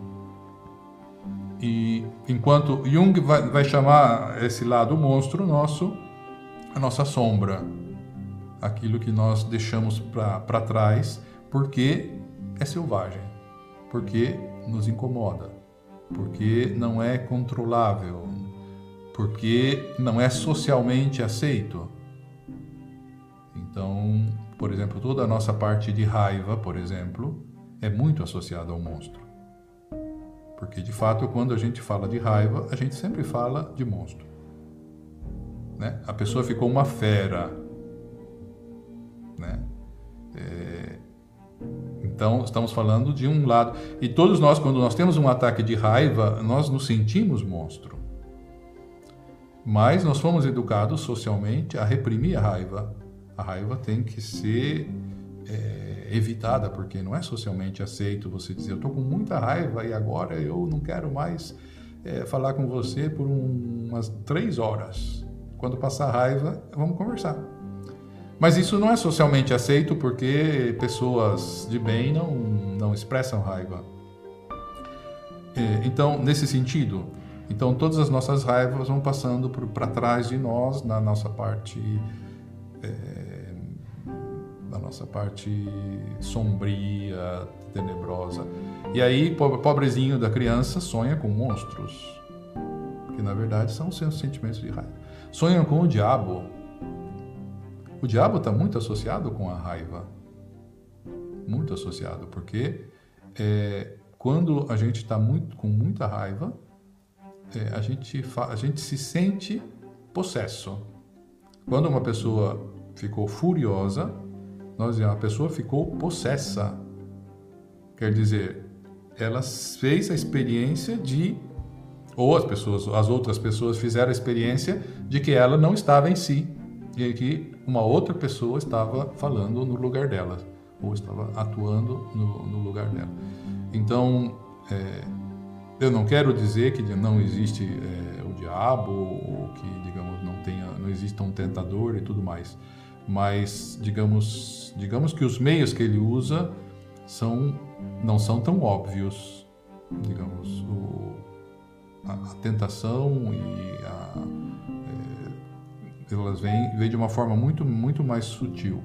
E enquanto Jung vai, vai chamar esse lado monstro nosso, a nossa sombra, aquilo que nós deixamos para trás, porque é selvagem, porque nos incomoda, porque não é controlável, porque não é socialmente aceito. Então, por exemplo, toda a nossa parte de raiva, por exemplo, é muito associada ao monstro. Porque, de fato, quando a gente fala de raiva, a gente sempre fala de monstro, né? A pessoa ficou uma fera, né? É... Então, estamos falando de um lado. E todos nós, quando nós temos um ataque de raiva, nós nos sentimos monstro. Mas nós fomos educados socialmente a reprimir a raiva. A raiva tem que ser é, evitada, porque não é socialmente aceito você dizer, eu estou com muita raiva e agora eu não quero mais é, falar com você por um, umas três horas. Quando passar a raiva, vamos conversar. Mas isso não é socialmente aceito porque pessoas de bem não, não expressam raiva. É, então, nesse sentido, então todas as nossas raivas vão passando para trás de nós, na nossa parte... É, da nossa parte sombria, tenebrosa. E aí, pobrezinho da criança sonha com monstros, que na verdade são seus sentimentos de raiva. Sonham com o diabo. O diabo está muito associado com a raiva. Muito associado, porque é, quando a gente está muito, com muita raiva, é, a, gente a gente se sente possesso. Quando uma pessoa ficou furiosa, nós dizemos, a pessoa ficou possessa. Quer dizer, ela fez a experiência de, ou as pessoas, as outras pessoas fizeram a experiência de que ela não estava em si, e que uma outra pessoa estava falando no lugar dela, ou estava atuando no, no lugar dela. Então, é, eu não quero dizer que não existe é, o diabo, ou que, digamos, não tenha, não exista um tentador e tudo mais. Mas, digamos, digamos que os meios que ele usa são, não são tão óbvios. Digamos, o, a, a tentação e a, é, elas vêm, vêm de uma forma muito, muito mais sutil,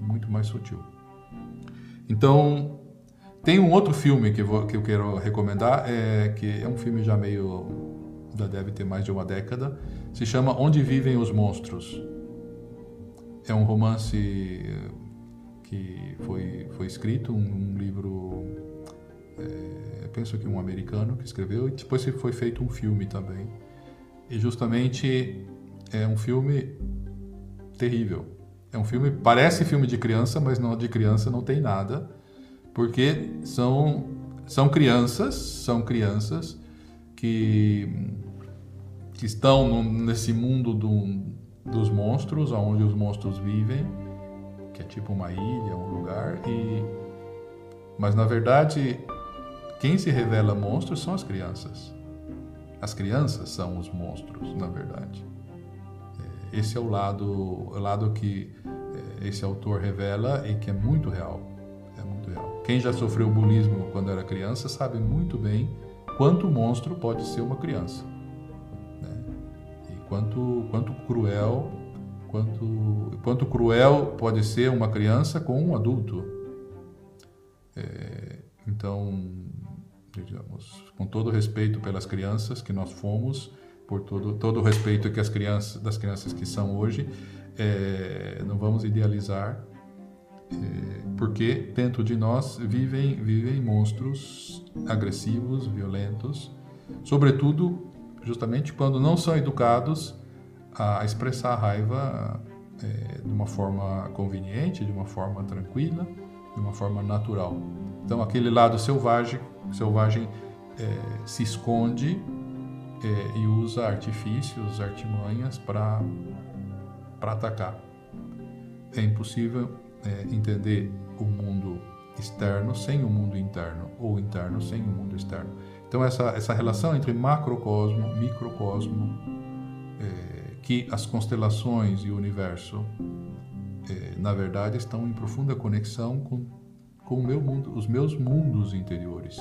muito mais sutil. Então, tem um outro filme que eu, vou, que eu quero recomendar, é, que é um filme já meio, já deve ter mais de uma década, se chama Onde Vivem os Monstros. É um romance que foi, foi escrito, um, um livro, é, penso que um americano que escreveu, e depois foi feito um filme também. E justamente é um filme terrível. É um filme, parece filme de criança, mas não, de criança não tem nada, porque são, são crianças, são crianças que, que estão no, nesse mundo do, dos monstros, onde os monstros vivem, que é tipo uma ilha, um lugar, e, mas na verdade quem se revela monstros são as crianças. As crianças são os monstros, na verdade. Esse é o lado, o lado que esse autor revela e que é muito real. É muito real. Quem já sofreu bullying quando era criança sabe muito bem quanto monstro pode ser uma criança, né? E quanto, quanto cruel, quanto, quanto cruel pode ser uma criança com um adulto. É, então, digamos, com todo o respeito pelas crianças que nós fomos, por todo, todo o respeito que as crianças, das crianças que são hoje, é, não vamos idealizar, é, porque dentro de nós vivem, vivem monstros agressivos, violentos, sobretudo, justamente quando não são educados a expressar a raiva é, de uma forma conveniente, de uma forma tranquila, de uma forma natural. Então, aquele lado selvagem, selvagem é, se esconde É, e usa artifícios, artimanhas para para atacar. É impossível é, entender o mundo externo sem o mundo interno, ou o interno sem o mundo externo. Então essa essa relação entre macrocosmo, microcosmo, é, que as constelações e o universo, é, na verdade, estão em profunda conexão com com o meu mundo, os meus mundos interiores.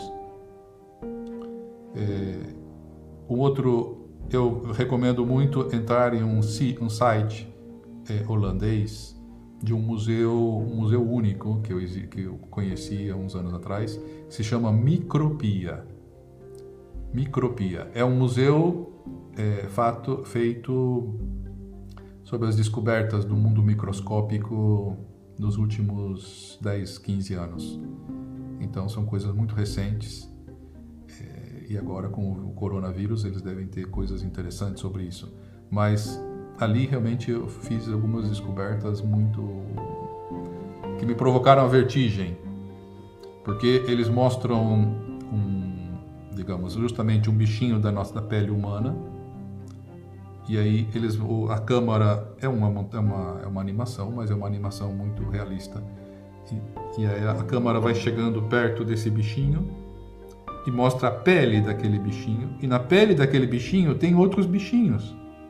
É, Um outro, eu recomendo muito entrar em um, um site é, holandês de um museu, um museu único que eu, que eu conheci há uns anos atrás, que se chama Micropia. Micropia. É um museu é, fato, feito sobre as descobertas do mundo microscópico dos últimos dez, quinze anos. Então são coisas muito recentes. E agora com o coronavírus eles devem ter coisas interessantes sobre isso. Mas ali realmente eu fiz algumas descobertas muito... que me provocaram a vertigem. Porque eles mostram, um, digamos, justamente um bichinho da nossa da pele humana. E aí eles, a câmera é uma, é uma, é uma animação, mas é uma animação muito realista. E, e aí a câmera vai chegando perto desse bichinho e mostra a pele daquele bichinho, e na pele daquele bichinho tem outros bichinhos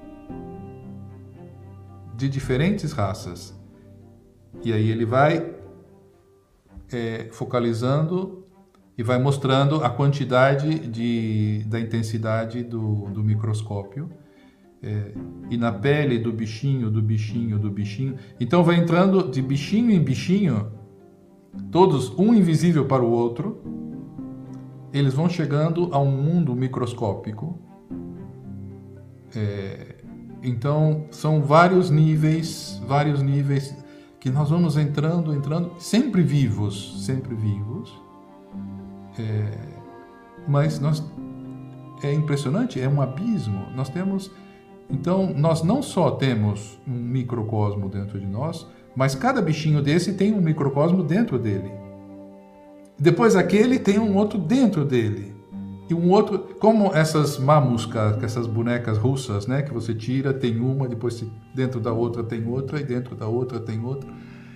de diferentes raças. E aí ele vai é, focalizando e vai mostrando a quantidade de, da intensidade do, do microscópio, é, e na pele do bichinho, do bichinho, do bichinho. Então vai entrando de bichinho em bichinho, todos um invisível para o outro. Eles vão chegando a um mundo microscópico. É, então, são vários níveis, vários níveis que nós vamos entrando, entrando, sempre vivos, sempre vivos. É, mas nós, é impressionante, é um abismo. Nós temos, então, nós não só temos um microcosmo dentro de nós, mas cada bichinho desse tem um microcosmo dentro dele. Depois aquele tem um outro dentro dele. E um outro, como essas mamuscas, essas bonecas russas, né, que você tira, tem uma, depois dentro da outra tem outra, e dentro da outra tem outra.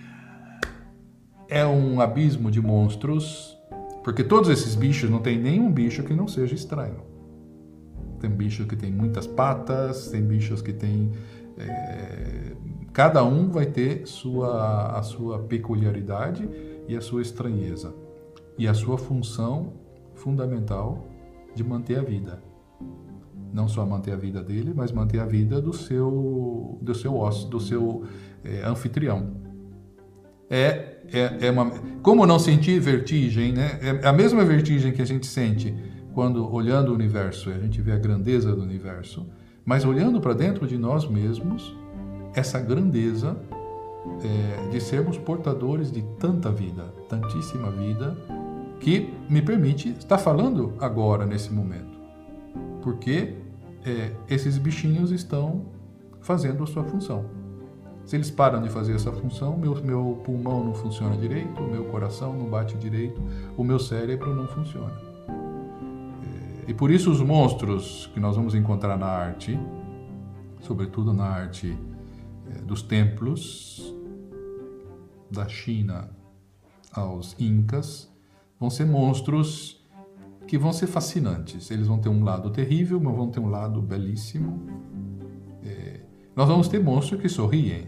É um abismo de monstros, porque todos esses bichos, não tem nenhum bicho que não seja estranho. Tem bicho que tem muitas patas, tem bichos que tem... É, cada um vai ter sua, a sua peculiaridade e a sua estranheza. E a sua função fundamental de manter a vida. Não só manter a vida dele, mas manter a vida do seu, do seu, do seu é, anfitrião. é, é, é uma... Como não sentir vertigem, né? É a mesma vertigem que a gente sente quando, olhando o universo, a gente vê a grandeza do universo, mas olhando para dentro de nós mesmos, essa grandeza é, de sermos portadores de tanta vida, tantíssima vida, que me permite estar falando agora, nesse momento. Porque é, esses bichinhos estão fazendo a sua função. Se eles param de fazer essa função, meu, meu pulmão não funciona direito, o meu coração não bate direito, o meu cérebro não funciona. É, e por isso os monstros que nós vamos encontrar na arte, sobretudo na arte é, dos templos, da China aos Incas, vão ser monstros que vão ser fascinantes. Eles vão ter um lado terrível, mas vão ter um lado belíssimo. É, nós vamos ter monstros que sorriem.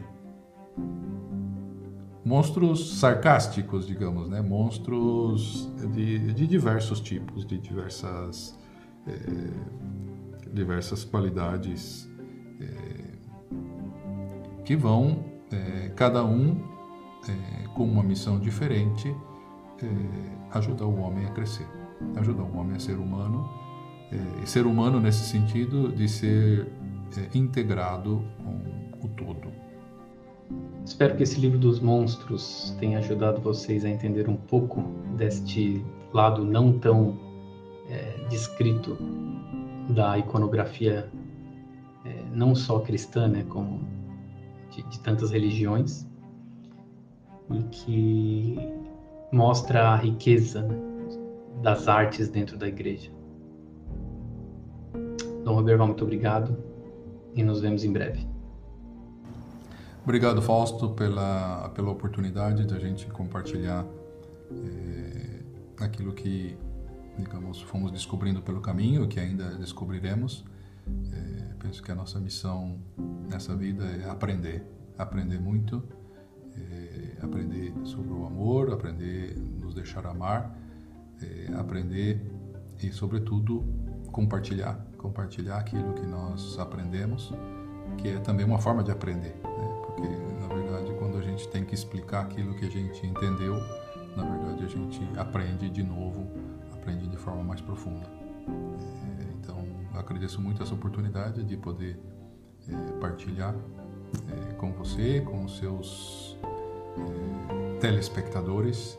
Monstros sarcásticos, digamos, né? Monstros de, de diversos tipos, de diversas, é, diversas qualidades, é, que vão, é, cada um, é, com uma missão diferente, é, ajudar o homem a crescer, ajudar o homem a ser humano, é, e ser humano nesse sentido de ser é, integrado com o todo. Espero que esse livro dos monstros tenha ajudado vocês a entender um pouco deste lado não tão é, descrito da iconografia, é, não só cristã, né, como de, de tantas religiões, e que mostra a riqueza, né, das artes dentro da igreja. Dom Roberval, muito obrigado e nos vemos em breve. Obrigado, Fausto, pela, pela oportunidade de a gente compartilhar é, aquilo que, digamos, fomos descobrindo pelo caminho, que ainda descobriremos. É, penso que a nossa missão nessa vida é aprender, aprender muito, é, aprender sobre o amor, aprender a nos deixar amar, é, aprender e, sobretudo, compartilhar, compartilhar aquilo que nós aprendemos, que é também uma forma de aprender, né? Porque, na verdade, quando a gente tem que explicar aquilo que a gente entendeu, na verdade, a gente aprende de novo, aprende de forma mais profunda. É, então, eu agradeço muito essa oportunidade de poder é, partilhar é, com você, com os seus é, telespectadores,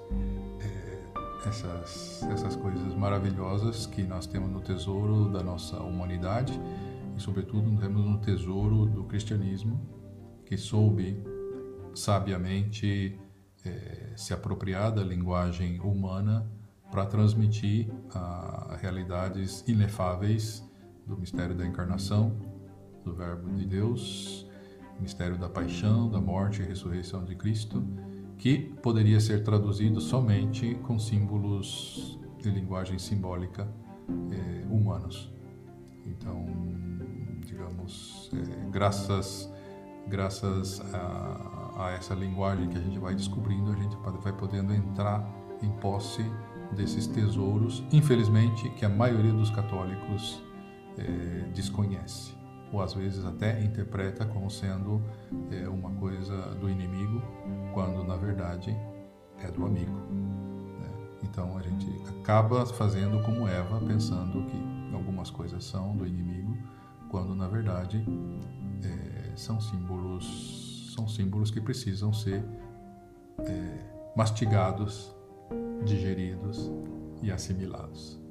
é, essas, essas coisas maravilhosas que nós temos no tesouro da nossa humanidade e, sobretudo, temos no tesouro do cristianismo, que soube sabiamente é, se apropriar da linguagem humana para transmitir a realidades inefáveis do mistério da encarnação, do Verbo de Deus, mistério da paixão, da morte e ressurreição de Cristo, que poderia ser traduzido somente com símbolos de linguagem simbólica é, humanos. Então, digamos, é, graças graças a, a essa linguagem que a gente vai descobrindo, a gente vai podendo entrar em posse desses tesouros, infelizmente, que a maioria dos católicos é, desconhece, ou às vezes até interpreta como sendo é, uma coisa do inimigo, quando na verdade é do amigo, né? Então a gente acaba fazendo como Eva, pensando que algumas coisas são do inimigo, quando na verdade é, são símbolos, são símbolos que precisam ser é, mastigados, digeridos e assimilados.